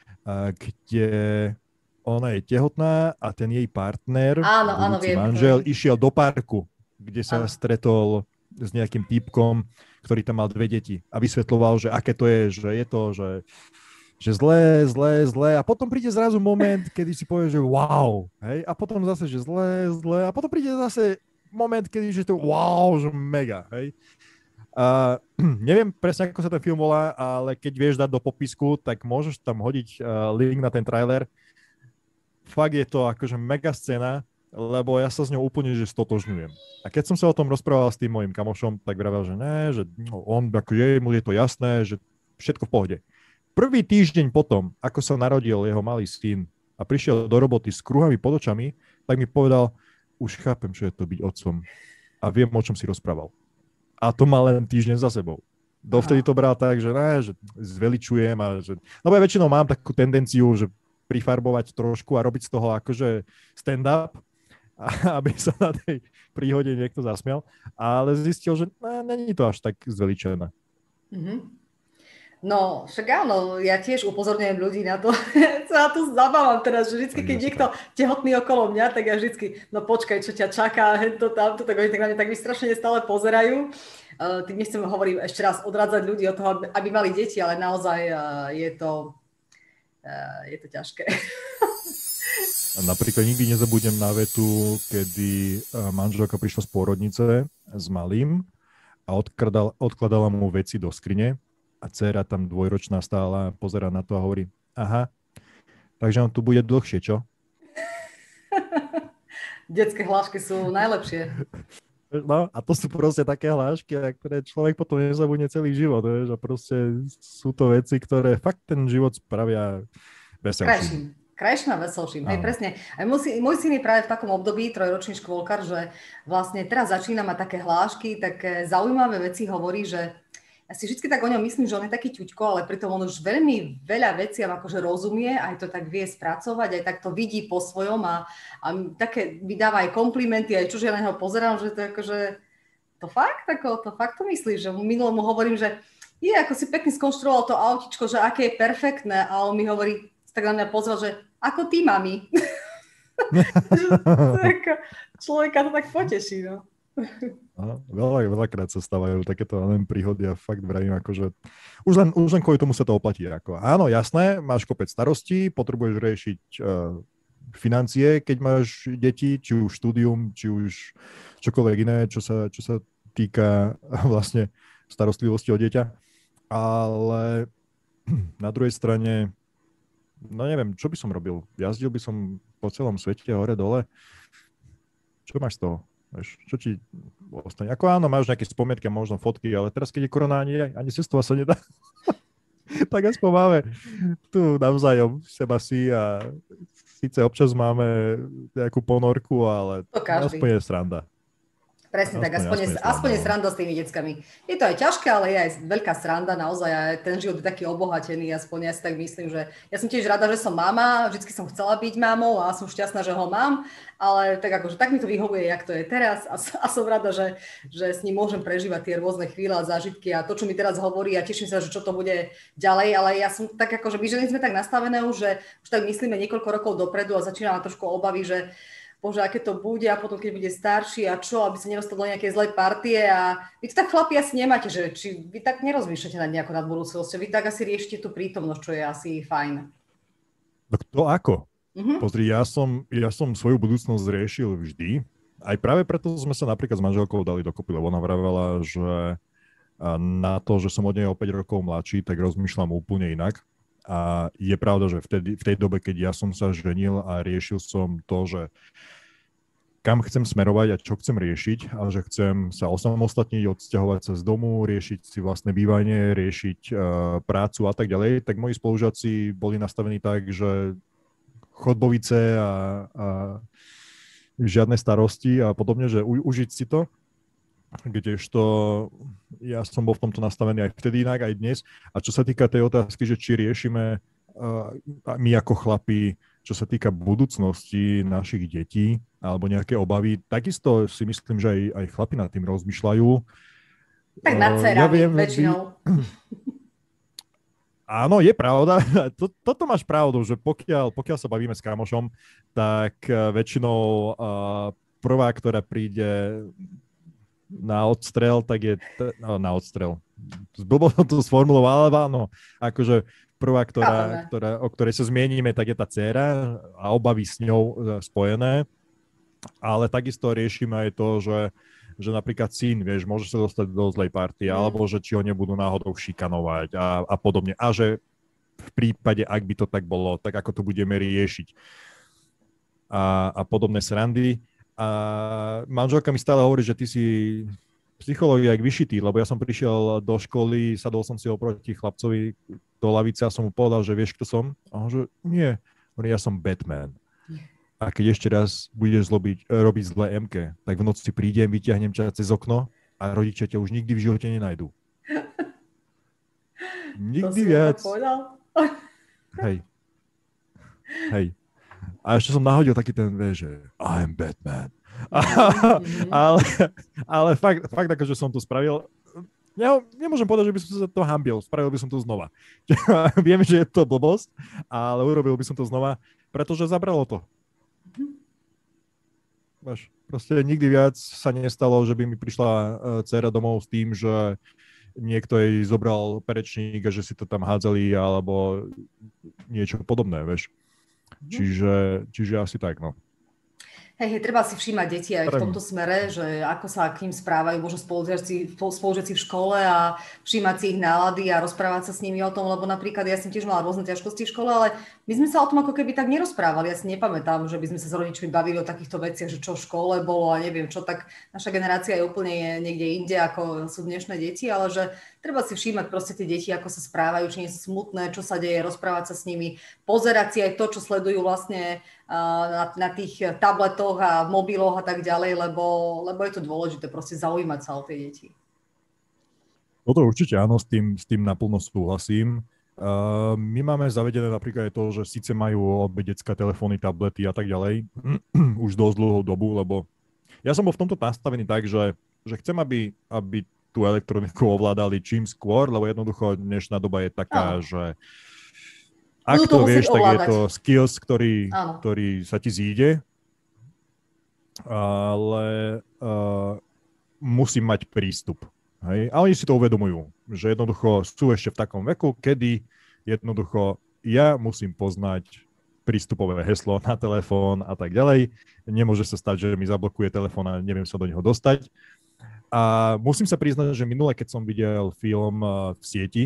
kde ona je tehotná a ten jej partner, áno, áno, viem, manžel, viem. Išiel do parku, kde sa áno. stretol s nejakým týpkom, ktorý tam mal dve deti a vysvetľoval, že aké to je, že je to, že, že zlé, zlé, zlé a potom príde zrazu moment, kedy si povie, že wow, hej, a potom zase, že zlé, zlé a potom príde zase moment, kedy že to wow, že mega, hej. Uh, neviem presne, ako sa ten film volá, ale keď vieš dať do popisku, tak môžeš tam hodiť uh, link na ten trailer. Fakt je to akože mega scéna, lebo ja sa s ňou úplne že stotožňujem. A keď som sa o tom rozprával s tým mojim kamošom, tak vravel, že ne, že on, akože mu je to jasné, že všetko v pohode. Prvý týždeň potom, ako sa narodil jeho malý syn a prišiel do roboty s kruhami pod očami, tak mi povedal, už chápem, čo je to byť otcom a viem, o čom si rozprával. A to má len týždeň za sebou. Dovtedy to bral tak, že ne, že zveličujem a že... No ja väčšinou mám takú tendenciu, že prifarbovať trošku a robiť z toho akože stand-up, aby sa na tej príhode niekto zasmial, ale zistil, že no, není to až tak zveličené. Mm-hmm. No, však áno, ja tiež upozorňujem ľudí na to, sa tu zabávam teraz, že vždycky, keď niekto tehotný okolo mňa, tak ja vždycky, no počkaj, čo ťa čaká, to tamto, tak oni tak na mňa tak vystrašene stále pozerajú. Uh, tým nechcem, hovorím ešte raz, odrádzať ľudí od toho, aby mali deti, ale naozaj uh, je to, uh, je to ťažké. A napríklad nikdy nezabudnem na vetu, kedy manželka prišla z pôrodnice s malým a odkladala, odkladala mu veci do skrine a dcéra tam dvojročná stála, pozerá na to a hovorí, aha, takže on tu bude dlhšie, čo? Detské hlášky sú najlepšie. No a to sú proste také hlášky, ktoré človek potom nezabudne celý život. Vieš? A proste sú to veci, ktoré fakt ten život spravia veselším. krajším a veselším, hej, presne. Aj môj, syn, môj syn je práve v takom období, trojročný škôlkar, že vlastne teraz začína mať také hlášky, také zaujímavé veci hovorí, že ja si vždy tak o ňom myslím, že on je taký ťuďko, ale pritom on už veľmi veľa veciam akože rozumie, aj to tak vie spracovať, aj tak to vidí po svojom a, a také vydáva aj komplimenty, aj čože ja na neho pozerám, že to je akože, to fakt, ako, to fakt to myslíš, že minulom mu hovorím, že je, ako si pekne skonštruoval to autičko, že aké je perfektné a on mi hovorí, tak na mňa pozval, že ako ty, mami. Človeka to tak poteší, no. No, veľa, veľakrát sa stávajú takéto len príhody a fakt vravím, akože už len, už len kvôli tomu sa to oplatí. Ako, áno, jasné, máš kopec starostí, potrebuješ riešiť uh, financie, keď máš deti, či už štúdium, či už čokoľvek iné, čo sa, čo sa týka vlastne starostlivosti o dieťa. Ale na druhej strane no neviem, čo by som robil? Jazdil by som po celom svete, hore, dole. Čo máš z toho? Vieš, čo ti ostane? Ako áno, máš nejaké spomienky, možno fotky, ale teraz, keď je korona, ani, ani cestovať sa nedá. Tak aspoň máme tu navzájom seba si a síce občas máme nejakú ponorku, ale aspoň je sranda. Presne tak, aspoň, aspoň, aspoň je sranda s tými deckami. Je to aj ťažké, ale je aj veľká sranda, naozaj aj ten život je taký obohatený, aspoň ja si tak myslím, že ja som tiež rada, že som mama, vždycky som chcela byť mamou a som šťastná, že ho mám, ale tak akože tak mi to vyhovuje, jak to je teraz a, a som rada, že, že s ním môžem prežívať tie rôzne chvíle a zážitky a to, čo mi teraz hovorí a teším sa, že čo to bude ďalej, ale ja som tak akože my ženy sme tak nastavené už, že už tak myslíme niekoľko rokov dopredu a začínam trošku obavy, že bože, aké to bude a potom, keď bude starší a čo, aby sa nedostal do nejakej zlej partie a vy to tak chlapi asi nemáte, že či vy tak nerozmýšľate nad nejako nad budúcnosťou, vy tak asi riešite tú prítomnosť, čo je asi fajn. Tak to ako? Mm-hmm. Pozri, ja som, ja som svoju budúcnosť riešil vždy, aj práve preto sme sa napríklad s manželkou dali dokopy, lebo ona vravela, že na to, že som od nej o päť rokov mladší, tak rozmýšľam úplne inak. A je pravda, že vtedy, v tej dobe, keď ja som sa ženil a riešil som to, že kam chcem smerovať a čo chcem riešiť a že chcem sa osamostatniť, odsťahovať sa z domu, riešiť si vlastné bývanie, riešiť uh, prácu a tak ďalej, tak moji spolužiaci boli nastavení tak, že chodbovice a, a žiadne starosti a podobne, že u, užiť si to. Kdežto ja som bol v tomto nastavený aj vtedy inak, aj dnes. A čo sa týka tej otázky, že či riešime uh, my ako chlapi, čo sa týka budúcnosti našich detí alebo nejaké obavy, takisto si myslím, že aj, aj chlapi nad tým rozmýšľajú. Tak nad dcerami uh, ja viem, väčšinou. Vy... Áno, je pravda. Toto máš pravdu, že pokiaľ, pokiaľ sa bavíme s kamošom, tak uh, väčšinou uh, prvá, ktorá príde na odstrel, tak je t- no, na odstrel. Blbo som to sformuloval, ale áno, akože prvá, ktorá, ktorá, o ktorej sa zmienime, tak je tá dcéra a obavy s ňou spojené. Ale takisto riešime aj to, že, že napríklad syn, vieš, môže sa dostať do zlej party, mm. alebo že či ho nebudú náhodou šikanovať a, a podobne. A že v prípade, ak by to tak bolo, tak ako to budeme riešiť. A, a podobné srandy. A manželka mi stále hovorí, že ty si psychológia jak vyšitý, lebo ja som prišiel do školy, sadol som si oproti chlapcovi do lavice a som mu povedal, že vieš, kto som? A on že nie, ja som Batman. A keď ešte raz budeš zlobiť, robiť zlé em ké, tak v noci prídem, vyťahnem ťa cez okno a rodičia ťa už nikdy v živote nenajdu. Nikdy viac. Hej. Hej. A ešte som nahodil taký ten, vieš, že I'm Batman. Mm-hmm. ale ale fakt, fakt ako, že som to spravil. Ja nemôžem povedať, že by som sa to hanbil. Spravil by som to znova. Viem, že je to blbosť, ale urobil by som to znova, pretože zabralo to. Máš, proste nikdy viac sa nestalo, že by mi prišla uh, dcera domov s tým, že niekto jej zobral perečník a že si to tam hádzali alebo niečo podobné, vieš. Čiže, čiže asi tak, no. Hej, hej, treba si všímať deti aj v tomto smere, že ako sa k ním správajú možno spolužiaci, spolužiaci v škole a všímať si ich nálady a rozprávať sa s nimi o tom, lebo napríklad ja som tiež mala rôzne ťažkosti v škole, ale my sme sa o tom ako keby tak nerozprávali. Ja si nepamätám, že by sme sa s rodičmi bavili o takýchto veciach, že čo v škole bolo a neviem čo, tak naša generácia je úplne niekde inde, ako sú dnešné deti, ale že treba si všímať proste tie deti, ako sa správajú, či nie sú smutné, čo sa deje, rozprávať sa s nimi, pozerať si aj to, čo sledujú vlastne na, na tých tabletoch a mobiloch a tak ďalej, lebo, lebo je to dôležité proste zaujímať sa o tie deti. No to určite áno, s tým, s tým naplno súhlasím. Uh, my máme zavedené napríklad aj to, že síce majú obe detská telefóny, tablety a tak ďalej, už dosť dlhú dobu, lebo ja som bol v tomto nastavený tak, že, že chcem, aby, aby tú elektroniku ovládali čím skôr, lebo jednoducho dnešná doba je taká, áno. že ak to vieš, tak je to skills, ktorý, ktorý sa ti zíde, ale uh, musím mať prístup. Hej? A oni si to uvedomujú, že jednoducho sú ešte v takom veku, kedy jednoducho ja musím poznať prístupové heslo na telefón a tak ďalej. Nemôže sa stať, že mi zablokuje telefón a neviem sa do neho dostať. A musím sa priznať, že minule, keď som videl film uh, v sieti,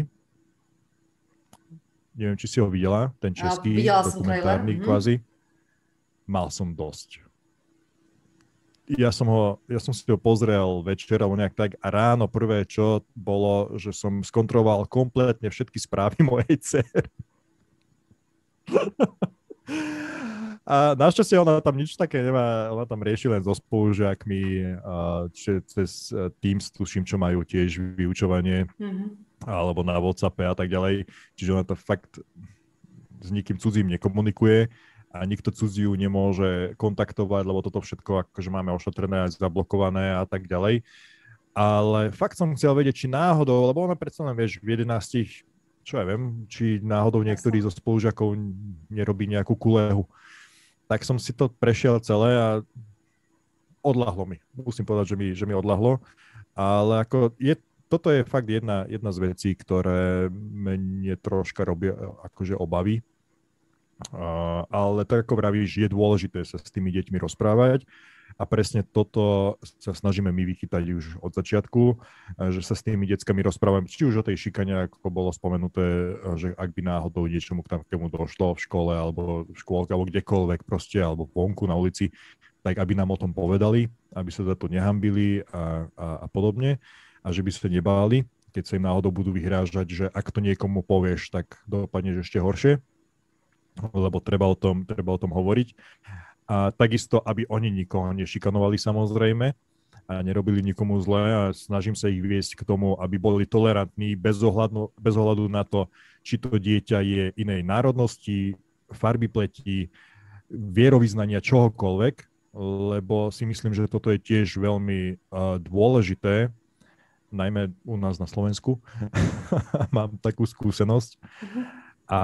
neviem, či si ho videla, ten český, dokumentárny kvázi. Hm. Mal som dosť. Ja som, ho, ja som si ho pozrel večer, alebo nejak tak, a ráno prvé, čo bolo, že som skontroloval kompletne všetky správy mojej dcery. A našťastie ona tam nič také nemá, ona tam rieši len so spolužiakmi, cez Teams, tuším, čo majú tiež vyučovanie. Mm-hmm. Alebo na WhatsAppe a tak ďalej. Čiže ona to fakt s nikým cudzím nekomunikuje a nikto cudzí ju nemôže kontaktovať, lebo toto všetko akože máme ošetrené a zablokované a tak ďalej. Ale fakt som chcel vedieť, či náhodou, lebo ona predsa len, vieš, v jedenástich, čo ja viem, či náhodou niektorý zo spolužiakov nerobí nejakú kulehu. Tak som si to prešiel celé a odľahlo mi. Musím povedať, že mi, že mi odľahlo. Ale ako je Toto je fakt jedna, jedna z vecí, ktoré mne troška robia akože obavy. Uh, ale tak ako vravíš, je dôležité sa s tými deťmi rozprávať a presne toto sa snažíme my vychytať už od začiatku, že sa s tými deckami rozprávame, či už o tej šikane, ako bolo spomenuté, že ak by náhodou niečomu k takému došlo v škole alebo v škôlke alebo kdekoľvek proste, alebo vonku na ulici, tak aby nám o tom povedali, aby sa za to nehambili a, a, a podobne. A že by sa nebáli, keď sa im náhodou budú vyhrážať, že ak to niekomu povieš, tak dopadneš ešte horšie, lebo treba o tom, treba o tom hovoriť. A takisto, aby oni nikoho nešikanovali samozrejme a nerobili nikomu zle a snažím sa ich viesť k tomu, aby boli tolerantní bez ohľadu, bez ohľadu na to, či to dieťa je inej národnosti, farby pleti, vierovyznania, čohokoľvek, lebo si myslím, že toto je tiež veľmi uh, dôležité, najmä u nás na Slovensku. Mám takú skúsenosť. A,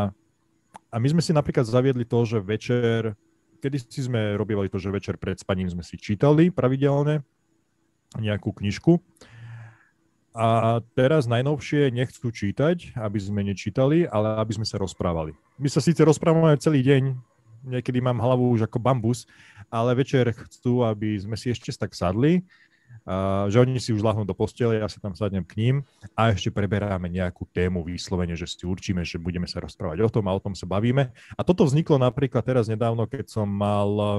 a my sme si napríklad zaviedli to, že večer, kedy si sme robívali to, že večer pred spaním sme si čítali pravidelne nejakú knižku. A teraz najnovšie nechcú čítať, aby sme nečítali, ale aby sme sa rozprávali. My sa síce rozprávame celý deň, niekedy mám hlavu už ako bambus, ale večer chcú, aby sme si ešte tak sadli, Uh, že oni si už ľahnú do postele, ja si tam sadnem k ním a ešte preberáme nejakú tému vyslovene, že si určíme, že budeme sa rozprávať o tom a o tom sa bavíme. A toto vzniklo napríklad teraz nedávno, keď som mal uh,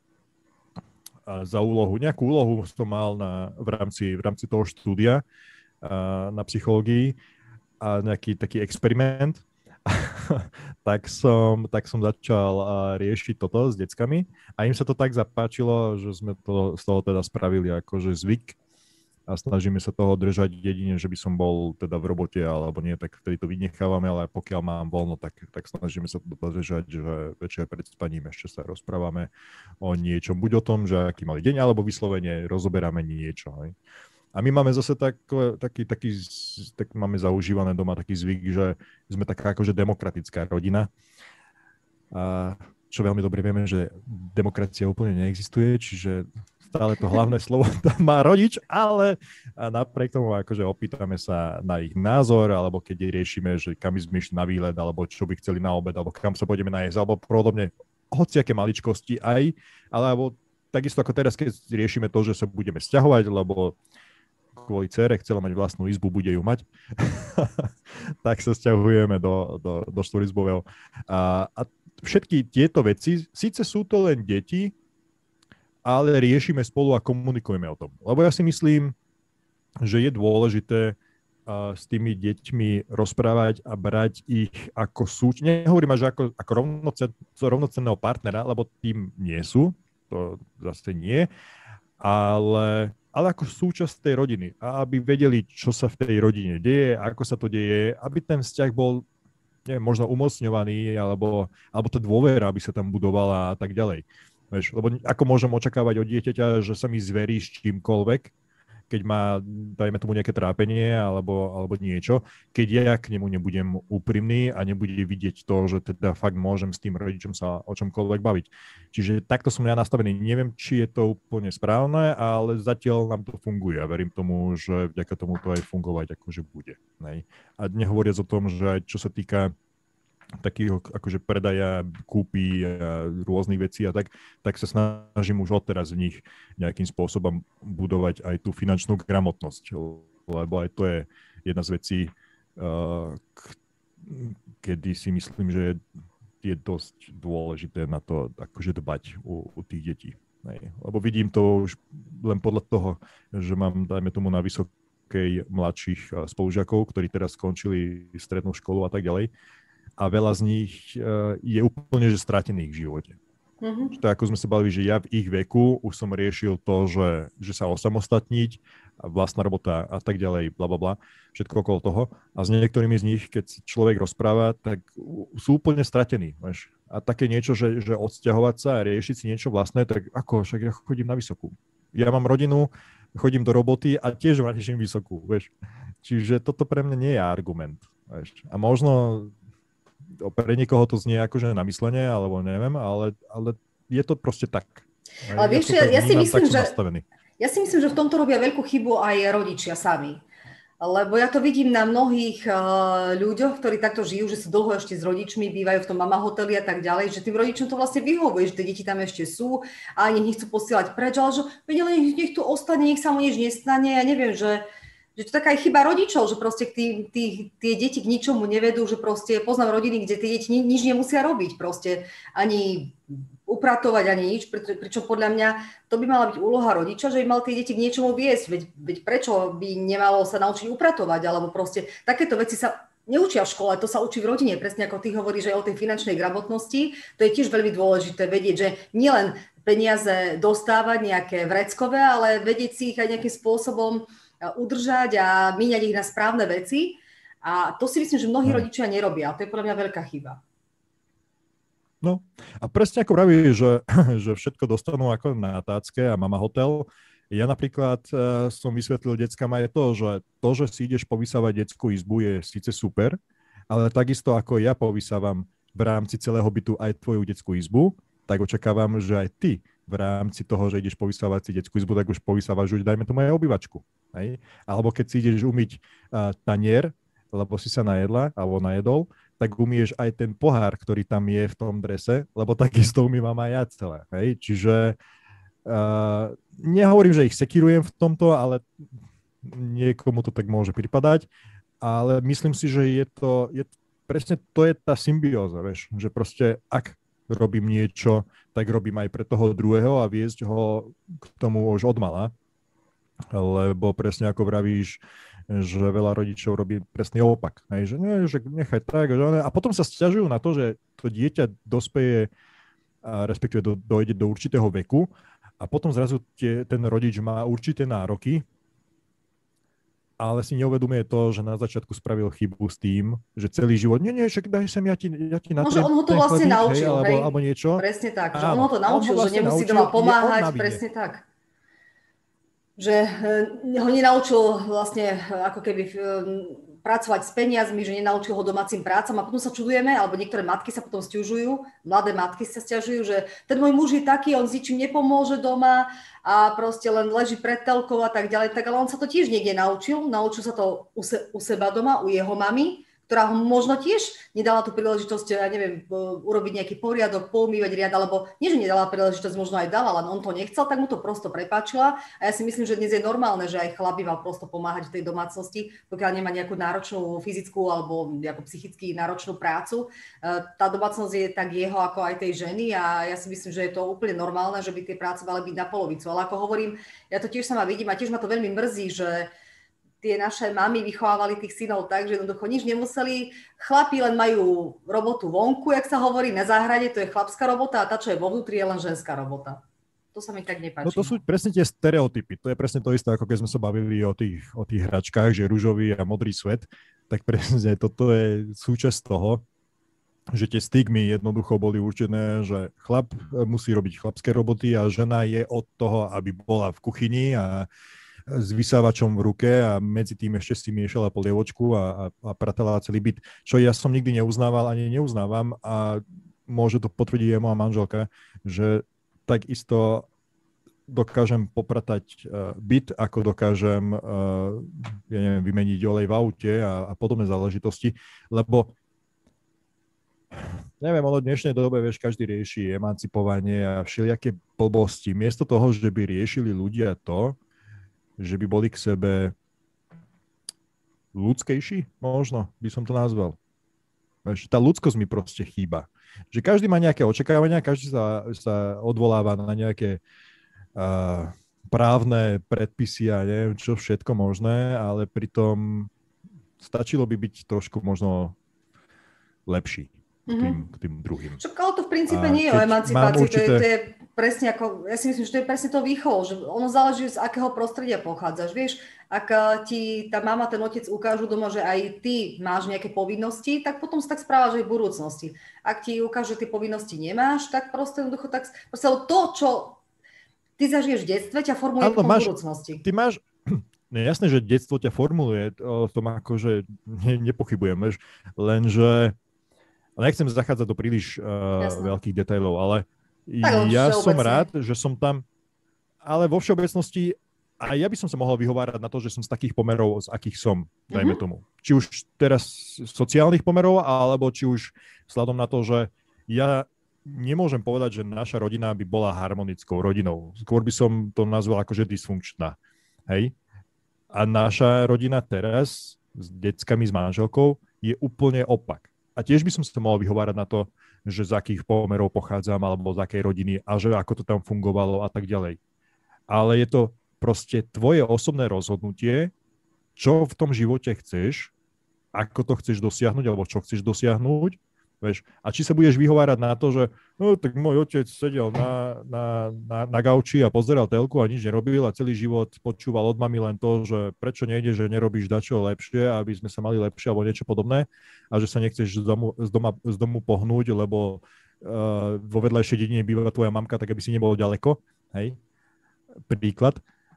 za úlohu, nejakú úlohu som mal na, v, rámci, v rámci toho štúdia uh, na psychológii a nejaký taký experiment. tak, som, tak som začal uh, riešiť toto s deckami a im sa to tak zapáčilo, že sme to z toho teda spravili akože zvyk a snažíme sa toho držať jedine, že by som bol teda v robote alebo nie, tak vtedy to vynechávame, ale pokiaľ mám voľno, tak, tak snažíme sa to držať, že večer pred spaním ešte sa rozprávame o niečom, buď o tom, že aký mali deň, alebo vyslovene rozoberáme niečo. Hej. A my máme zase tak, taký, taký, tak máme zaužívané doma taký zvyk, že sme taká akože demokratická rodina. A čo veľmi dobre vieme, že demokracia úplne neexistuje, čiže stále to hlavné slovo tam má rodič, ale napriek tomu akože opýtame sa na ich názor, alebo keď riešime, že kam sme išli na výlet, alebo čo by chceli na obed, alebo kam sa pôjdeme najesť, alebo podobne hociaké maličkosti aj, alebo takisto ako teraz, keď riešime to, že sa budeme sťahovať, lebo kvôli dcére chcela mať vlastnú izbu, bude ju mať, tak sa sťahujeme do, do, do štvorizbového. A, a všetky tieto veci, síce sú to len deti, ale riešime spolu a komunikujeme o tom. Lebo ja si myslím, že je dôležité uh, s tými deťmi rozprávať a brať ich ako súč... Nehovorím až ako, ako rovnocen, rovnocenného partnera, lebo tým nie sú, to zase nie, ale, ale ako súčasť tej rodiny. A aby vedeli, čo sa v tej rodine deje, ako sa to deje, aby ten vzťah bol neviem, možno umocňovaný, alebo, alebo tá dôvera, aby sa tam budovala a tak ďalej. Vieš, lebo ako môžem očakávať od dieťaťa, že sa mi zverí s čímkoľvek, keď má, dajme tomu nejaké trápenie alebo, alebo niečo, keď ja k nemu nebudem úprimný a nebude vidieť to, že teda fakt môžem s tým rodičom sa o čomkoľvek baviť. Čiže takto som ja nastavený. Neviem, či je to úplne správne, ale zatiaľ nám to funguje a verím tomu, že vďaka tomu to aj fungovať akože bude. Nej? A nehovoriac o tom, že aj čo sa týka takého akože predaja, kúpy a rôznych vecí a tak, tak sa snažím už odteraz v nich nejakým spôsobom budovať aj tú finančnú gramotnosť, lebo aj to je jedna z vecí, uh, k- kedy si myslím, že je dosť dôležité na to akože dbať u, u tých detí. Nej. Lebo vidím to už len podľa toho, že mám, dajme tomu, na vysokej mladších spolužiakov, ktorí teraz skončili strednú školu a tak ďalej. A veľa z nich uh, je úplne že stratených v živote. Mm-hmm. To ako sme sa bavili, že ja v ich veku už som riešil to, že, že sa osamostatniť, vlastná robota a tak ďalej, blablabla, všetko okolo toho. A s niektorými z nich, keď človek rozpráva, tak sú úplne stratení. Vieš? A také niečo, že, že odsťahovať sa a riešiť si niečo vlastné, tak ako, však ja chodím na vysokú. Ja mám rodinu, chodím do roboty a tiež riešim vysokú. Vieš? Čiže toto pre mňa nie je argument. Vieš? A možno pre niekoho to znie akože na myslenie, alebo neviem, ale, ale je to proste tak. Ale ja vieš, ja, ja si myslím, že nastavený. ja si myslím, že v tomto robia veľkú chybu aj rodičia sami. Lebo ja to vidím na mnohých uh, ľuďoch, ktorí takto žijú, že sú dlho ešte s rodičmi, bývajú v tom mama hoteli a tak ďalej, že tým rodičom to vlastne vyhovuje, že tie deti tam ešte sú a ani nechcú posielať preč, ale že vedeli, nech, nech tu ostane, nech sa mu nič nestane. Ja neviem, že že to taká aj chyba rodičov, že proste tí, tí, tie deti k ničomu nevedú, že proste poznám rodiny, kde tie deti ni, nič nemusia robiť, proste ani upratovať, ani nič, preto, pričom podľa mňa to by mala byť úloha rodiča, že by mal tie deti k niečomu viesť, veď, veď prečo by nemalo sa naučiť upratovať, alebo proste takéto veci sa neučia v škole, to sa učí v rodine, presne ako ty hovoríš aj o tej finančnej gramotnosti, to je tiež veľmi dôležité vedieť, že nielen peniaze dostávať nejaké vreckové, ale vedieť si ich aj nejakým spôsobom udržať a míňať ich na správne veci. A to si myslím, že mnohí rodičia nerobia. A to je podľa mňa veľká chyba. No a presne ako vraví, že, že všetko dostanú ako na tácke a mama hotel. Ja napríklad uh, som vysvetlil deckám aj to, že to, že si ideš povysávať detskú izbu je síce super, ale takisto ako ja povysávam v rámci celého bytu aj tvoju detskú izbu, tak očakávam, že aj ty v rámci toho, že ideš povysávať si detskú izbu, tak už povysávaš už, dajme tomu aj obývačku. Hej? Alebo keď si ideš umyť uh, tanier, lebo si sa najedla alebo najedol, tak umieš aj ten pohár, ktorý tam je v tom drese, lebo takisto umývam aj ja celé. Hej? Čiže uh, nehovorím, že ich sekírujem v tomto, ale niekomu to tak môže pripadať, ale myslím si, že je to, je, presne to je tá symbióza, vieš, že proste ak robím niečo, tak robím aj pre toho druhého a viesť ho k tomu už odmala. Lebo presne ako vravíš, že veľa rodičov robí presný opak. Hej, že, nie, že nechaj tak. Že, a potom sa sťažujú na to, že to dieťa dospeje, a respektíve do, dojde do určitého veku a potom zrazu tie, ten rodič má určité nároky, ale si neuvedomuje to, že na začiatku spravil chybu s tým, že celý život, nie, nie, však daj sem, ja ti, ja ti natriem. No, že on ho to vlastne chlebík, naučil, hej, alebo, hej. alebo niečo. Presne tak, že áno, on ho to naučil, ho vlastne že nemusí naučil, doma pomáhať, presne tak. Že ho nenaučil vlastne ako keby pracovať s peniazmi, že nenaučil ho domácim prácam a potom sa čudujeme, alebo niektoré matky sa potom sťažujú, mladé matky sa sťažujú, že ten môj muž je taký, on s ničím nepomôže doma a proste len leží pred telkou a tak ďalej, tak ale on sa to tiež niekde naučil, naučil sa to u, se, u seba doma, u jeho mamy, ktorá ho možno tiež nedala tú príležitosť, ja neviem, urobiť nejaký poriadok, poumývať riad, alebo nie, že nedala príležitosť, možno aj dala, len on to nechcel, tak mu to prosto prepáčila. A ja si myslím, že dnes je normálne, že aj chlap by mal prosto pomáhať v tej domácnosti, pokiaľ nemá nejakú náročnú fyzickú alebo nejakú psychicky náročnú prácu. Tá domácnosť je tak jeho, ako aj tej ženy a ja si myslím, že je to úplne normálne, že by tie práce mali byť na polovicu. Ale ako hovorím, ja to tiež sama vidím a tiež ma to veľmi mrzí, že tie naše mamy vychovávali tých synov tak, že jednoducho nič nemuseli. Chlapi len majú robotu vonku, jak sa hovorí, na záhrade, to je chlapská robota a tá, čo je vo vnútri, je len ženská robota. To sa mi tak nepáči. No to sú presne tie stereotypy. To je presne to isté, ako keď sme sa bavili o tých, o tých hračkách, že ružový a modrý svet. Tak presne toto je súčasť toho, že tie stigmy jednoducho boli určené, že chlap musí robiť chlapské roboty a žena je od toho, aby bola v kuchyni a s vysávačom v ruke a medzi tým ešte si miešala polievočku a, a, a pratala celý byt, čo ja som nikdy neuznával ani neuznávam a môže to potvrdiť aj moja manželka, že takisto dokážem popratať uh, byt, ako dokážem uh, ja neviem, vymeniť olej v aute a, a podobné záležitosti, lebo neviem, ono v dnešnej dobe, vieš, každý rieši emancipovanie a všelijaké blbosti. Miesto toho, že by riešili ľudia to, že by boli k sebe ľudskejší, možno by som to nazval. Tá ľudskosť mi proste chýba. Že každý má nejaké očakávania, každý sa, sa odvoláva na nejaké uh, právne predpisy a neviem čo všetko možné, ale pritom stačilo by byť trošku možno lepší k tým, k tým druhým. Čo, ale to v princípe a nie je o emancipácii, určité... to, je, to je presne ako, ja si myslím, že to je presne to výchovou, že ono záleží, z akého prostredia pochádzaš, vieš, ak ti tá mama, ten otec ukážu doma, že aj ty máš nejaké povinnosti, tak potom sa tak správaš aj v budúcnosti. Ak ti ukážu, že tie povinnosti nemáš, tak proste jednoducho tak, proste to, čo ty zažiješ v detstve, ťa formuje v budúcnosti. Ty máš, no jasné, že detstvo ťa formuluje, o tom akože ne, nepochybujem, vieš, lenže nechcem zachádzať do príliš uh, veľkých detailov, ale tak, ja som rád, že som tam, ale vo všeobecnosti aj ja by som sa mohol vyhovárať na to, že som z takých pomerov, z akých som, dajme mm-hmm. tomu. Či už teraz sociálnych pomerov, alebo či už vzhľadom na to, že ja nemôžem povedať, že naša rodina by bola harmonickou rodinou. Skôr by som to nazval akože dysfunkčná. Hej? A naša rodina teraz s deckami, s manželkou je úplne opak. A tiež by som sa mohol vyhovárať na to, že z akých pomerov pochádzam, alebo z akej rodiny a že ako to tam fungovalo a tak ďalej. Ale je to proste tvoje osobné rozhodnutie, čo v tom živote chceš, ako to chceš dosiahnuť, alebo čo chceš dosiahnuť. Vieš? A či sa budeš vyhovárať na to, že no, tak môj otec sedel na, na, na, na gauči a pozeral telku a nič nerobil a celý život počúval od mami len to, že prečo nejde, že nerobíš dačo lepšie, aby sme sa mali lepšie alebo niečo podobné a že sa nechceš z domu, z doma, z domu pohnúť, lebo uh, vo vedľajšej dedine býva tvoja mamka, tak aby si nebol ďaleko. Hej? Príklad.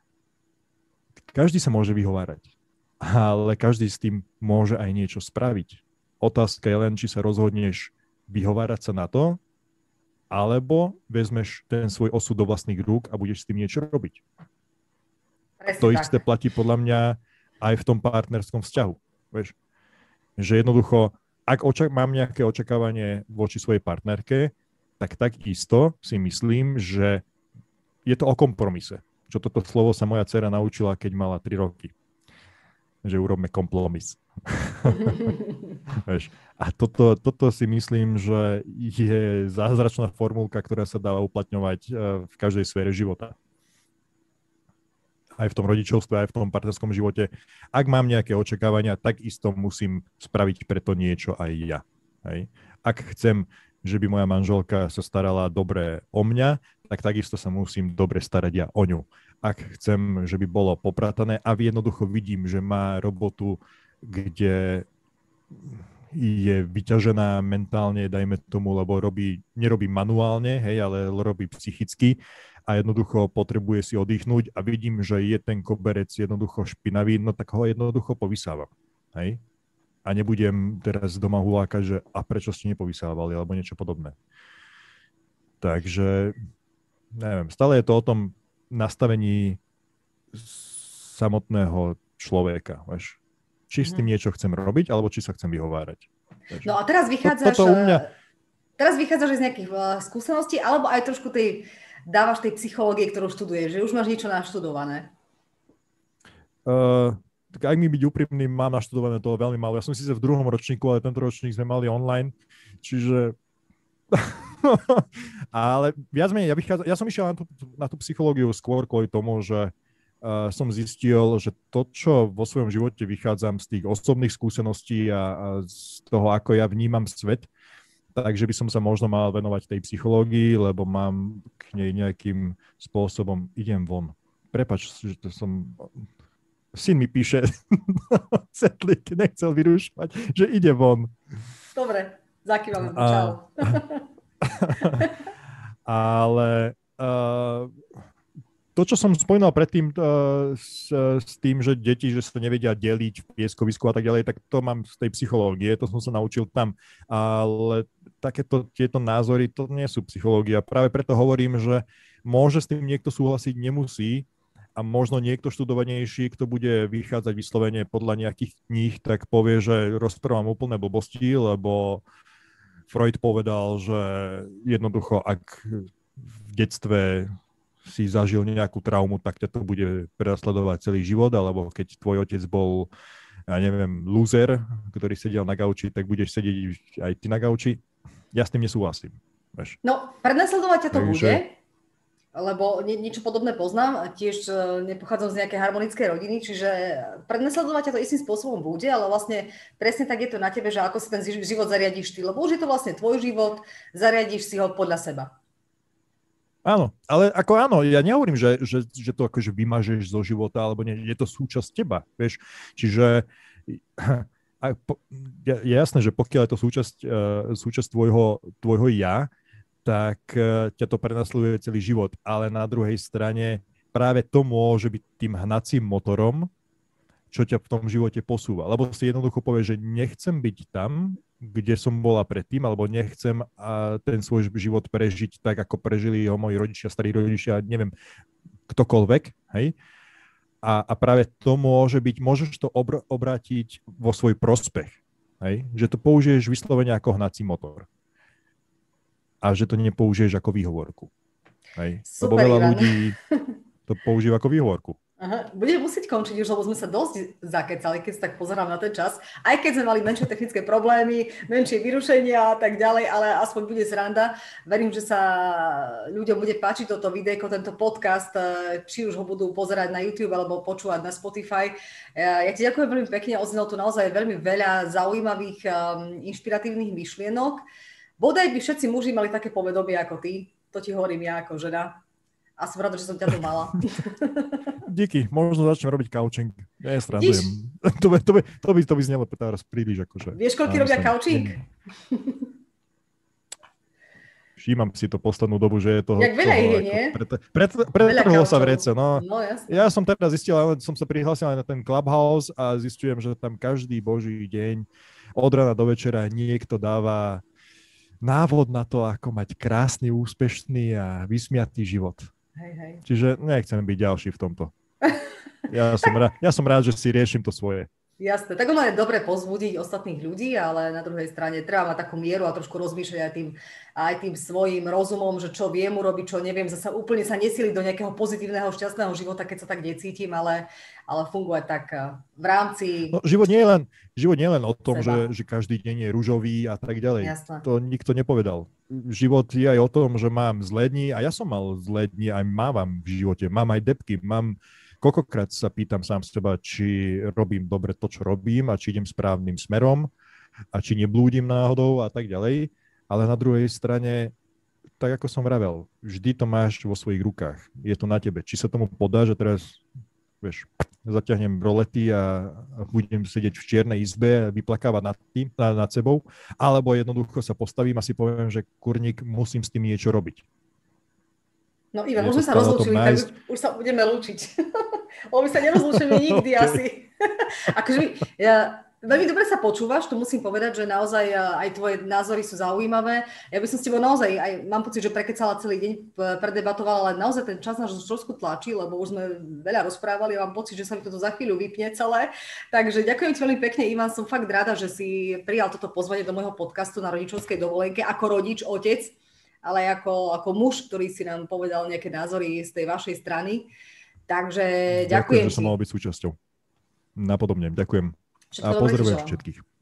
Každý sa môže vyhovárať, ale každý s tým môže aj niečo spraviť. Otázka je len, či sa rozhodneš vyhovárať sa na to, alebo vezmeš ten svoj osud do vlastných rúk a budeš s tým niečo robiť. Presne to tak. Isté platí podľa mňa aj v tom partnerskom vzťahu. Vieš? Že jednoducho, ak očak- mám nejaké očakávanie voči svojej partnerke, tak takisto si myslím, že je to o kompromise. Čo toto slovo sa moja dcera naučila, keď mala tri roky. Že urobme kompromis. A toto, toto si myslím, že je zázračná formulka, ktorá sa dá uplatňovať v každej sfére života. Aj v tom rodičovstve, aj v tom partnerskom živote. Ak mám nejaké očakávania, tak isto musím spraviť preto niečo aj ja. Hej. Ak chcem, že by moja manželka sa starala dobre o mňa, tak takisto sa musím dobre starať ja o ňu. Ak chcem, že by bolo popratané a jednoducho vidím, že má robotu, kde je vyťažená mentálne, dajme tomu, lebo robí, nerobí manuálne, hej, ale robí psychicky a jednoducho potrebuje si oddychnúť a vidím, že je ten koberec jednoducho špinavý, no tak ho jednoducho povysávam. Hej? A nebudem teraz doma hulákať, že a prečo ste nepovysávali, alebo niečo podobné. Takže, neviem, stále je to o tom nastavení samotného človeka, vieš. či s tým niečo chcem robiť, alebo či sa chcem vyhovárať. Takže no a teraz vychádzaš, to, toto u mňa... teraz vychádzaš z nejakých skúseností, alebo aj trošku tej, dávaš tej psychológie, ktorú študuješ, že už máš niečo naštudované? Uh, tak ak mi byť úprimný, mám naštudované toho veľmi málo. Ja som síce v druhom ročníku, ale tento ročník sme mali online, čiže... ale viac menej, ja, vychádza... ja som išiel na tú, na tú psychológiu skôr kvôli tomu, že Uh, som zistil, že to, čo vo svojom živote vychádzam z tých osobných skúseností a, a z toho, ako ja vnímam svet, takže by som sa možno mal venovať tej psychológii, lebo mám k nej nejakým spôsobom, idem von. Prepač, že to som... Syn mi píše, Cetlík nechcel vyrušovať, že ide von. Dobre, zakývame, čau. Ale... Uh, To, čo som spomínal predtým uh, s, s tým, že deti, že sa nevedia deliť v pieskovisku a tak ďalej, tak to mám z tej psychológie, to som sa naučil tam. Ale takéto tieto názory, to nie sú psychológia. Práve preto hovorím, že môže s tým niekto súhlasiť, nemusí. A možno niekto študovanejší, kto bude vychádzať vyslovene podľa nejakých kníh, tak povie, že rozprávam úplné blbosti, lebo Freud povedal, že jednoducho, ak v detstve si zažil nejakú traumu, tak ťa to bude prenasledovať celý život, alebo keď tvoj otec bol, ja neviem, loser, ktorý sedel na gauči, tak budeš sedieť aj ty na gauči. Ja s tým nesúhlasím. Vieš. No, prenasledovať ťa to Takže... bude, lebo nie, niečo podobné poznám, tiež nepochádzam z nejakej harmonickej rodiny, čiže prenasledovať ťa to istým spôsobom bude, ale vlastne presne tak je to na tebe, že ako si ten život zariadíš ty, lebo už je to vlastne tvoj život, zariadíš si ho podľa seba. Áno, ale ako áno, ja nehovorím, že, že, že to akože vymažeš zo života, alebo nie, je to súčasť teba, vieš. Čiže a po, je jasné, že pokiaľ je to súčasť, uh, súčasť tvojho, tvojho ja, tak uh, ťa to prenasleduje celý život, ale na druhej strane práve to môže byť tým hnacím motorom, čo ťa v tom živote posúva. Lebo si jednoducho povieš, že nechcem byť tam, kde som bola predtým, alebo nechcem a ten svoj život prežiť tak, ako prežili ho moji rodičia, starí rodičia, neviem, ktokoľvek, hej. A, a práve to môže byť, môžeš to obr- obrátiť vo svoj prospech, hej. Že to použiješ vyslovene ako hnací motor. A že to nepoužiješ ako výhovorku, hej. Lebo veľa ľudí to používa ako výhovorku. Aha, budeš musieť končiť už, lebo sme sa dosť zakecali, keď sa tak pozerám na ten čas. Aj keď sme mali menšie technické problémy, menšie vyrušenia a tak ďalej, ale aspoň bude sranda. Verím, že sa ľuďom bude páčiť toto videjko, tento podcast, či už ho budú pozerať na YouTube alebo počúvať na Spotify. Ja ti ďakujem veľmi pekne, odznelo tu naozaj veľmi veľa zaujímavých, inšpiratívnych myšlienok. Bodaj by všetci muži mali také povedomie ako ty, to ti hovorím ja ako žena. A som rada, že som ťa tu mala. Díky, možno začnem robiť couching. Ja srandujem. To by, to, by, to, by, to by znelo teraz príliš. Akože. Vieš, koľko robia couching? Všímam si to poslednú dobu, že je toho... Jak veľa ich je, nie? Pretrhlo sa vrece. No, no jasne. Ja som teraz zistil, ale som sa prihlásil aj na ten Clubhouse a zistujem, že tam každý boží deň od rana do večera niekto dáva návod na to, ako mať krásny, úspešný a vysmiatý život. Hej, hej. Čiže nechcem byť ďalší v tomto. Ja som, rád, ja som rád, že si riešim to svoje. Jasné, tak ono je dobre pozbudiť ostatných ľudí, ale na druhej strane treba mať takú mieru a trošku rozmýšľať aj tým, aj tým svojim rozumom, že čo viem urobiť, čo neviem, zase úplne sa nesiliť do nejakého pozitívneho, šťastného života, keď sa tak necítim, ale, ale fungovať tak v rámci... No, život nie je len, život nie je len o tom, že, že každý deň je ružový a tak ďalej. Jasné. To nikto nepovedal. Život je aj o tom, že mám zlé dni a ja som mal zlé dni, aj mávam v živote, mám aj depky, mám... Koľkokrát sa pýtam sám seba, či robím dobre to, čo robím a či idem správnym smerom a či neblúdim náhodou a tak ďalej. Ale na druhej strane, tak ako som vravel, vždy to máš vo svojich rukách. Je to na tebe. Či sa tomu podá, že teraz, vieš, zaťahnem rolety a budem sedieť v čiernej izbe a vyplakávať nad, tým, nad sebou, alebo jednoducho sa postavím a si poviem, že kurník, musím s tým niečo robiť. No Ivan, už sme sa rozlúčili, tak už, už sa budeme lúčiť. Lebo my sa nerozlúčime nikdy asi. Akože ja Veľmi dobre sa počúvaš, tu musím povedať, že naozaj aj tvoje názory sú zaujímavé. Ja by som s tebou naozaj, aj mám pocit, že prekecala celý deň, predebatovala, ale naozaj ten čas nás trošku tlačí, lebo už sme veľa rozprávali a mám pocit, že sa mi toto za chvíľu vypne celé. Takže ďakujem ti veľmi pekne, Ivan, som fakt rada, že si prijal toto pozvanie do môjho podcastu na rodičovskej dovolenke ako rodič, otec, ale aj ako, ako muž, ktorý si nám povedal nejaké názory z tej vašej strany. Takže ďakujem, ďakujem ti. Ďakujem, že som mal byť súčasťou. Napodobne, ďakujem. Všetko a pozdravujem všetkých.